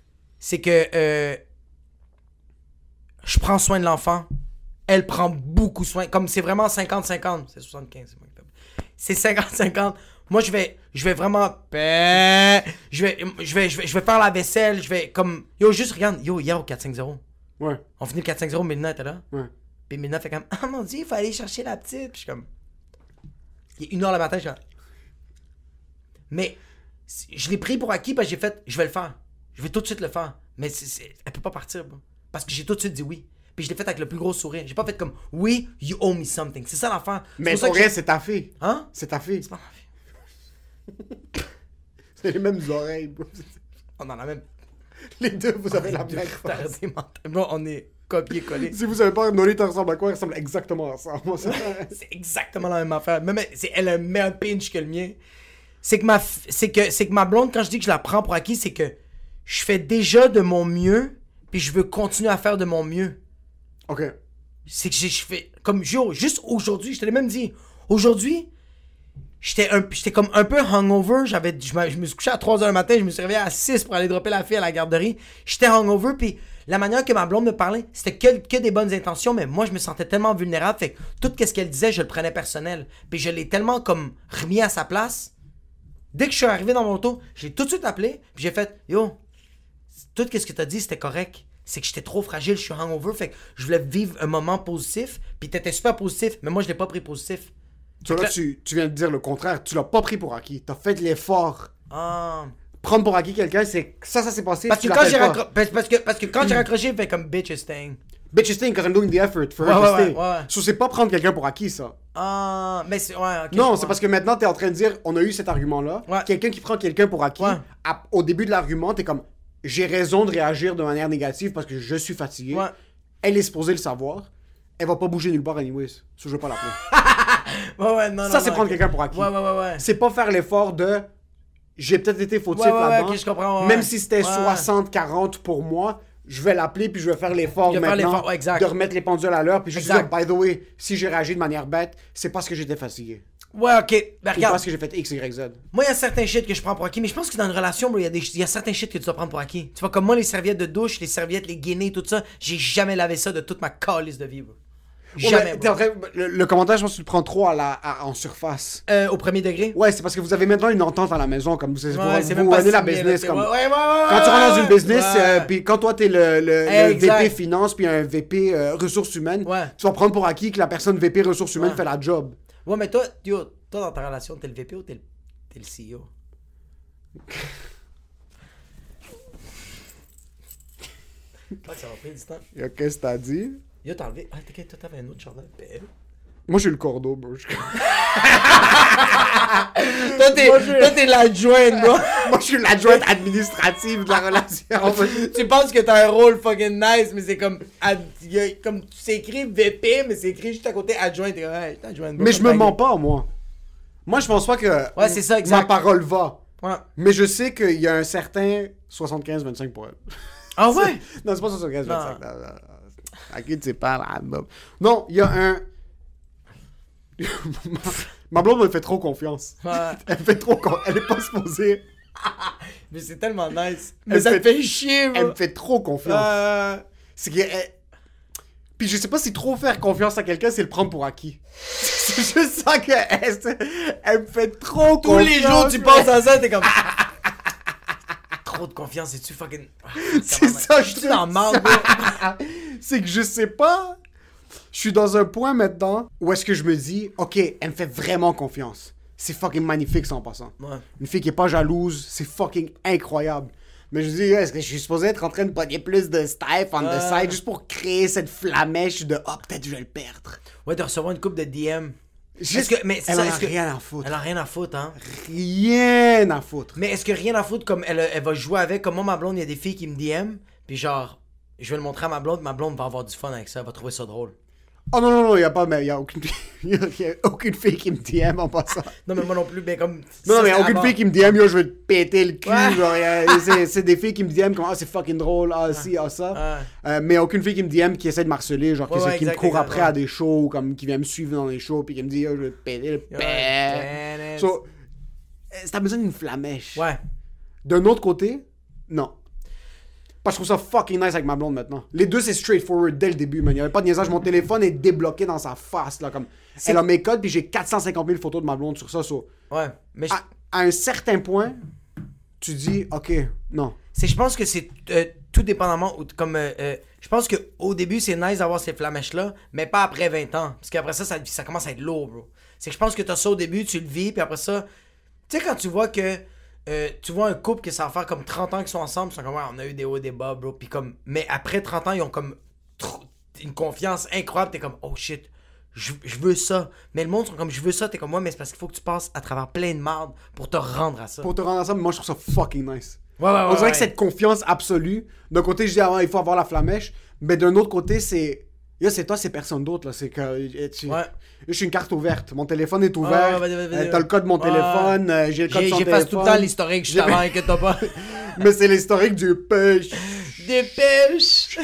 prends soin de l'enfant. Elle prend beaucoup soin. Comme c'est vraiment 50-50. C'est 75, c'est moi qui fais. C'est 50-50. Moi, je vais vraiment... Je vais faire la vaisselle. Je vais comme... Yo, juste regarde. Yo, hier au 4-5-0. Ouais. On finit le 4-5-0, Milna était là. Ouais. Puis Milna fait comme, ah mon dieu, il faut aller chercher la petite. Puis je suis comme, il est 1h le matin, je suis comme... Mais je l'ai pris pour acquis parce que j'ai fait, je vais le faire. Je vais tout de suite le faire. Mais elle peut pas partir, bro. Parce que j'ai tout de suite dit oui. Puis je l'ai fait avec le plus gros sourire. J'ai pas fait comme, oui, you owe me something. C'est ça l'affaire. Mais pour vrai, c'est ta fille. Hein? C'est ta fille. C'est pas ma fille. C'est les mêmes oreilles, bro. On en a même... Les deux, vous avez la même face. Bon, on est copié-collé. Si vous savez pas, Norita ressemble à quoi? Elle ressemble exactement à ça. C'est exactement la même affaire. Même elle a un meilleur pinch que le mien. C'est que ma blonde, quand je dis que je la prends pour acquis, c'est que je fais déjà de mon mieux, puis je veux continuer à faire de mon mieux. Ok. C'est que je fais comme juste aujourd'hui, je te l'ai même dit. Aujourd'hui, j'étais comme un peu hungover. Je me suis couché à 3h du matin, je me suis réveillé à 6 pour aller dropper la fille à la garderie. J'étais hungover, puis la manière que ma blonde me parlait, c'était que des bonnes intentions, mais moi, je me sentais tellement vulnérable, fait que tout ce qu'elle disait, je le prenais personnel. Puis je l'ai tellement comme remis à sa place. Dès que je suis arrivé dans mon auto, j'ai tout de suite appelé, puis j'ai fait, yo, tout ce que t'as dit, c'était correct. c'est que j'étais trop fragile, je suis hangover, fait que je voulais vivre un moment positif, puis t'étais super positif, mais moi je l'ai pas pris positif. Tu vois, là, tu viens de dire le contraire, tu l'as pas pris pour acquis, t'as fait de l'effort. Ah. Prendre pour acquis quelqu'un, c'est ça s'est passé. Parce que quand j'ai raccroché, il fait comme bitch is staying. Bitch is staying because I'm doing the effort for her to stay. So c'est pas prendre quelqu'un pour acquis, ça. Ah, mais c'est. Ouais, ok. Non, c'est parce que maintenant t'es en train de dire, on a eu cet argument-là. Ouais. Quelqu'un qui prend quelqu'un pour acquis, au début de l'argument, t'es comme, j'ai raison de réagir de manière négative parce que je suis fatigué. Ouais. Elle est supposée le savoir. Elle va pas bouger nulle part anyways. Ça, je veux pas l'appeler. Non, ça, c'est prendre quelqu'un pour acquis. Ouais. C'est pas faire l'effort de, j'ai peut-être été fautif là-dedans. Ok, je comprends. Même si c'était 60-40 pour moi, je vais l'appeler puis je vais faire l'effort maintenant de remettre les pendules à l'heure puis juste dire, by the way, si j'ai réagi de manière bête, c'est parce que j'étais fatigué. Ouais, ok. Ben, regarde. Parce que j'ai fait X, Y, Z. Moi, il y a certains shit que je prends pour acquis, mais je pense que dans une relation, bro, il y a certains shit que tu dois prendre pour acquis. Tu vois, comme moi, les serviettes de douche, les serviettes, les guinées, tout ça, j'ai jamais lavé ça de toute ma calice de vie, bro. Jamais. Le commentaire, je pense que tu le prends trop en surface. Au premier degré? Ouais, c'est parce que vous avez maintenant une entente à la maison, comme vous même prenez la signé, business. Comme... Quand tu rentres dans une business, puis quand toi t'es le VP finance puis un VP ressources humaines, tu vas prendre pour acquis que la personne VP ressources humaines fait la job. Ouais, mais toi dans ta relation, t'es le VP ou t'es le CEO? Ça va prendre du temps. Qu'est-ce que t'as dit? Yo, t'as enlevé. Ah, t'inquiète, toi, t'avais un autre chandail PL. Moi, je suis le cordeau, bro. Toi, t'es l'adjointe, bro. Moi, je suis l'adjointe administrative de la relation. Tu penses que t'as un rôle fucking nice, mais c'est comme. C'est écrit VP, mais c'est écrit juste à côté adjointe. Ouais, adjointe, bro. Mais je me mens pas, moi. Moi, je pense pas que. Ouais, c'est ça, exact. Ma parole va. Ouais. Mais je sais qu'il y a un certain 75-25 pour elle. Ah ouais? Non, c'est pas 75-25. À qui tu parles? Non, il y a un. Ma blonde me fait trop confiance. Ouais. Elle est pas supposée. Mais c'est tellement nice. Mais ça me fait chier, bro. Elle me fait trop confiance. C'est que. Puis je sais pas si trop faire confiance à quelqu'un, c'est le prendre pour acquis. C'est juste ça que. Elle me fait trop Tous confiance. les jours, tu penses à ça, t'es comme. Trop de confiance, es-tu fucking. C'est ça, je suis dans le marde, bro. C'est que je sais pas. Je suis dans un point maintenant où est-ce que je me dis, ok, elle me fait vraiment confiance. C'est fucking magnifique, ça, en passant. Ouais. Une fille qui est pas jalouse, c'est fucking incroyable. Mais je me dis, est-ce que je suis supposé être en train de pogner plus de stuff on the side juste pour créer cette flamèche de, peut-être je vais le perdre. Ouais, de recevoir une coupe de DM. Elle en a rien à foutre. Elle a rien à foutre, hein. Rien à foutre. Mais est-ce que rien à foutre, comme elle va jouer avec, comme moi, ma blonde, il y a des filles qui me DM, puis genre, je vais le montrer à ma blonde va avoir du fun avec ça, elle va trouver ça drôle. Oh non, il y a aucune fille qui me DM en passant. Non, mais moi non plus, mais comme... Non, mais aucune fille qui me DM, yo, je vais te péter le cul, genre, c'est des filles qui me DM comme, c'est fucking drôle, si, ça. Mais aucune fille qui me DM qui essaie de m'harceler, genre, qui me court après à des shows, comme, qui vient me suivre dans les shows, puis qui me dit, yo, je vais te péter le père. So, t'as besoin d'une flamèche. Ouais. D'un autre côté, non. Parce que je trouve ça fucking nice avec ma blonde maintenant. Les deux, c'est straightforward dès le début, man. Il n'y avait pas de niaisage. Mon téléphone est débloqué dans sa face, là. Comme... Elle a mes codes, puis j'ai 450 000 photos de ma blonde sur ça. Ouais, mais... À un certain point, tu dis, OK, non. Je pense que c'est tout dépendamment... Comme, je pense qu'au début, c'est nice d'avoir ces flamèches-là, mais pas après 20 ans. Parce qu'après ça commence à être lourd, bro. C'est que je pense que t'as ça au début, tu le vis, puis après ça... Tu sais, quand tu vois que... tu vois un couple que ça va faire comme 30 ans qu'ils sont ensemble, ils sont comme, ouais, on a eu des hauts et des bas, bro. Puis comme, mais après 30 ans, ils ont comme une confiance incroyable. T'es comme, oh shit, je veux ça. Mais le monde sont comme, je veux ça. T'es comme, ouais, mais c'est parce qu'il faut que tu passes à travers plein de marde pour te rendre à ça. Mais moi, je trouve ça fucking nice. Ouais, on dirait que cette confiance absolue, d'un côté, je dis, il faut avoir la flamèche. Mais d'un autre côté, c'est. Yo, c'est toi, c'est personne d'autre, là. C'est que. Je suis une carte ouverte. Mon téléphone est ouvert. T'as le code de mon téléphone. J'ai le code de son téléphone. J'efface tout le temps l'historique juste avant, inquiète-toi pas. Mais c'est l'historique du pêche. Des pêches.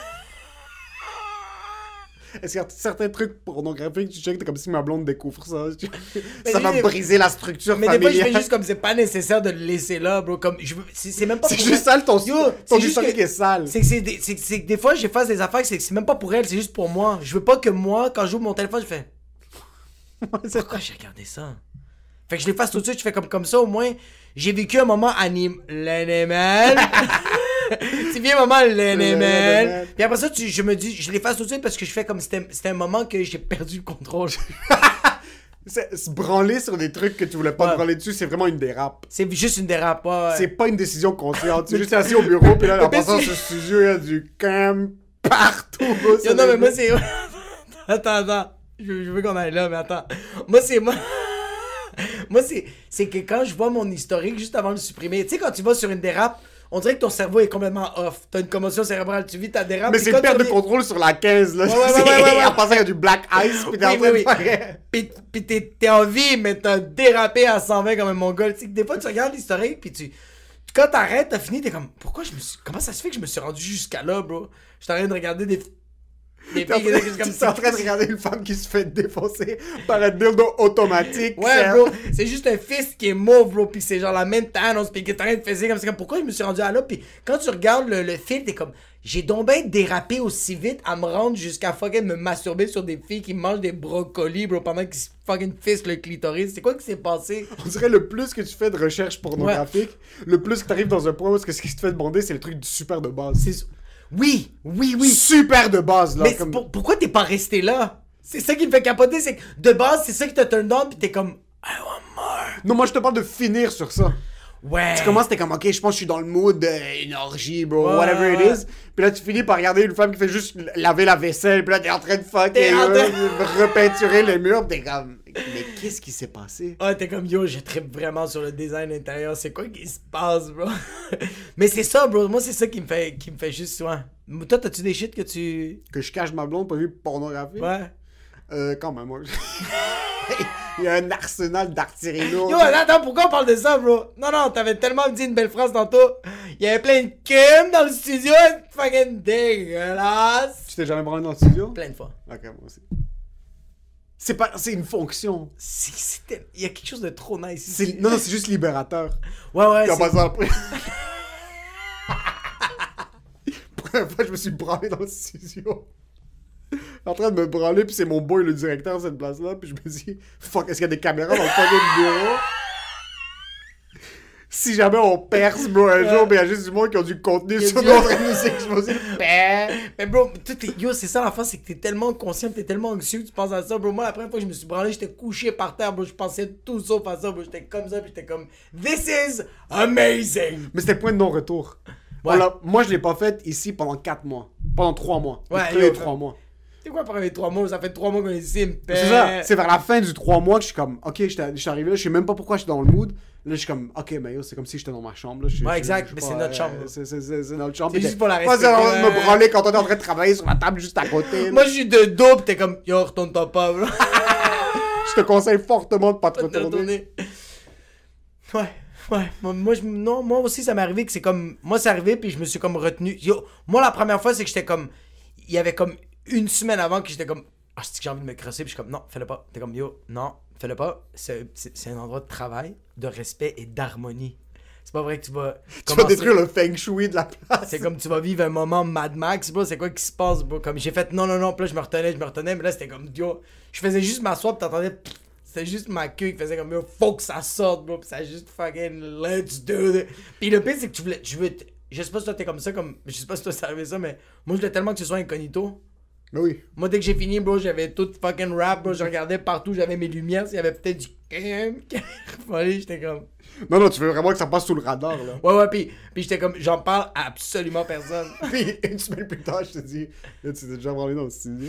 Est-ce qu'il y a certains trucs pornographiques que tu checkes, t'es comme si ma blonde découvre ça. Ça va briser la structure familiale. Mais des fois, je fais juste comme c'est pas nécessaire de le laisser là, bro. Comme, c'est même pas c'est juste sale, ton historique est sale. C'est que des fois, j'efface des affaires, c'est même pas pour elle, c'est juste pour moi. Je veux pas que moi, quand j'ouvre mon téléphone, je fais... Pourquoi j'ai regardé ça? Fait que je l'efface tout de suite, je fais comme ça, au moins, j'ai vécu un moment l'animal. Tu viens, maman, man. Puis après ça, je me dis, je l'efface tout de suite parce que je fais comme c'était un moment que j'ai perdu le contrôle. Se branler sur des trucs que tu voulais pas te branler dessus, c'est vraiment une dérape. C'est juste une dérape, ouais. C'est pas une décision consciente. Tu es juste assis au bureau, puis là, en passant sur ce studio, il y a du cam partout. Non, mais moi, c'est... Attends. Je veux qu'on aille là, mais attends. Moi, c'est que quand je vois mon historique juste avant de le supprimer, tu sais, quand tu vas sur une dérape, on dirait que ton cerveau est complètement off. T'as une commotion cérébrale, tu vis ta dérape. Mais c'est une perte de contrôle sur la 15, là. Ouais. En passant, il y a du black ice, puis t'es en train de faire... Puis t'es en vie, mais t'as dérapé à 120 comme un mongol. Tu sais, des fois, tu regardes l'historique, puis quand t'arrêtes, t'as fini, t'es comme... Comment ça se fait que je me suis rendu jusqu'à là, bro? Je suis en train de regarder des filles comme ça. en train de regarder une femme qui se fait défoncer par un dildo automatique. Ouais, bro. C'est juste un fist qui est mauve, bro. Puis c'est genre la même Thanos. Puis qui est en train de faire comme ça. Pourquoi je me suis rendu à là? Puis quand tu regardes le film, t'es comme... J'ai donc bien dérapé aussi vite à me rendre jusqu'à fucking me masturber sur des filles qui mangent des brocolis, bro, pendant qu'ils fucking fistent le clitoris. C'est quoi qui s'est passé? On dirait le plus que tu fais de recherche pornographique, le plus que t'arrives dans un point où ce qui te fait demander, c'est le truc du super de base. Oui. Super de base, là. Mais pourquoi t'es pas resté là? C'est ça qui me fait capoter, c'est que de base, c'est ça qui te turn down, pis t'es comme I want more. Non, moi je te parle de finir sur ça. Ouais. Tu commences, t'es comme, ok, je pense que je suis dans le mood une orgie, bro, whatever it is. Puis là, tu finis par regarder une femme qui fait juste laver la vaisselle, puis là, t'es en train de repeinturer les murs, t'es comme, mais qu'est-ce qui s'est passé? Ah, t'es comme, yo, je trippe vraiment sur le design intérieur, c'est quoi qui se passe, bro? Mais c'est ça, bro, moi, c'est ça qui me fait juste soin. Toi, t'as-tu des shit que tu... Que je cache ma blonde pour vivre pornographie? Ouais. Quand même, moi. Il y a un arsenal d'artillerie lourde. Yo, attends, pourquoi on parle de ça, bro? Non, t'avais tellement dit une belle phrase tantôt. Il y avait plein de cum dans le studio, fucking dégueulasse. Tu t'es jamais branlé dans le studio? Plein de fois. Ok, moi aussi. C'est une fonction. Il y a quelque chose de trop nice ici. Non, c'est juste libérateur. Ouais. Puis en passant après... Première fois, je me suis branlé dans le studio. En train de me branler, puis c'est mon boy, le directeur de cette place-là, puis je me dis, fuck, est-ce qu'il y a des caméras dans le fucking bureau? Si jamais on perce, bro, un jour, mais il y a juste du monde qui ont du contenu sur notre musique, je me dis, mais bro, yo, c'est ça l'enfant, c'est que t'es tellement conscient, t'es tellement anxieux que tu penses à ça, bro. Moi, la première fois que je me suis branlé, j'étais couché par terre, bro, je pensais tout sauf à ça, bro. J'étais comme ça, puis j'étais comme, this is amazing! Mais c'était le point de non-retour. Ouais. Moi, je l'ai pas fait ici pendant 4 mois. Pendant 3 mois. Ouais, 3 mois. C'est quoi par les 3 mois? Ça fait 3 mois qu'on est ici, c'est ça. C'est vers la fin du 3 mois que je suis comme, ok, je suis arrivé là, je sais même pas pourquoi je suis dans le mood. Là, je suis comme, ok, mais yo, c'est comme si j'étais dans ma chambre. Là. Ouais, exact, mais c'est notre chambre. C'est notre chambre. C'est juste pour la respecter. Moi, c'est me branler quand on est en train de travailler sur la table juste à côté. Moi, je suis de dos, pis t'es comme, yo, retourne-toi pas, bro. Je te conseille fortement de pas te retourner. Ouais, moi aussi ça m'est arrivé que c'est comme, moi c'est arrivé puis je me suis comme retenu. Yo, moi la première fois c'est que j'étais comme, il y avait comme une semaine avant que j'étais comme, c'est que j'ai envie de me crosser puis je suis comme, non, fais-le pas. T'es comme, yo, non, fais-le pas. C'est un endroit de travail, de respect et d'harmonie. C'est pas vrai que tu vas détruire le feng shui de la place. C'est comme tu vas vivre un moment Mad Max, bro. C'est quoi qui se passe, bro? Comme j'ai fait non, puis là je me retenais, mais là c'était comme, yo, je faisais juste m'asseoir pis t'entendais. C'était juste ma queue qui faisait comme, faut que ça sorte, bro. Pis ça juste fucking, let's do it. Pis le pire, c'est que je sais pas si toi t'es comme ça, je sais pas si toi c'est arrivé ça, mais moi je voulais tellement que tu sois incognito. Mais oui. Moi, dès que j'ai fini, bro, j'avais tout fucking rap, bro. Je regardais partout, j'avais mes lumières. S'il y avait peut-être du j'étais comme. Non, tu veux vraiment que ça passe sous le radar, là. Ouais, pis j'étais comme, j'en parle à absolument personne. Puis une semaine plus tard, je te dis, là, tu t'es déjà branlé dans le studio.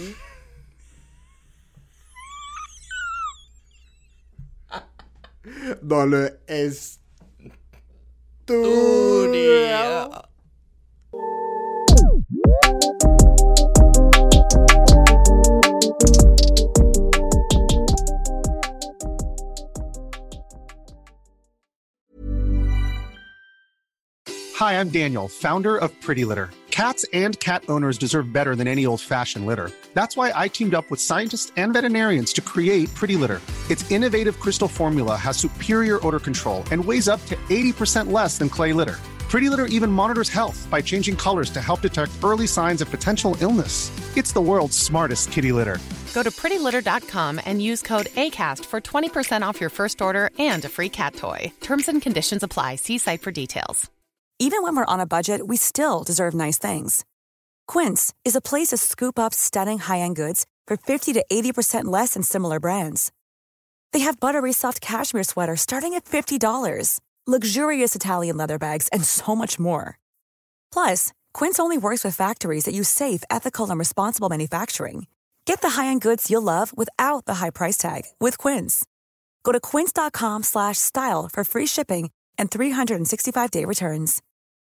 Dans le studio. Hi, I'm Daniel, founder of Pretty Litter. Cats and cat owners deserve better than any old-fashioned litter. That's why I teamed up with scientists and veterinarians to create Pretty Litter. Its innovative crystal formula has superior odor control and weighs up to 80% less than clay litter. Pretty Litter even monitors health by changing colors to help detect early signs of potential illness. It's the world's smartest kitty litter. Go to prettylitter.com and use code ACAST for 20% off your first order and a free cat toy. Terms and conditions apply. See site for details. Even when we're on a budget, we still deserve nice things. Quince is a place to scoop up stunning high-end goods for 50 to 80% less than similar brands. They have buttery soft cashmere sweaters starting at $50, luxurious Italian leather bags, and so much more. Plus, Quince only works with factories that use safe, ethical, and responsible manufacturing. Get the high-end goods you'll love without the high price tag with Quince. Go to quince.com/style for free shipping and 365-day returns.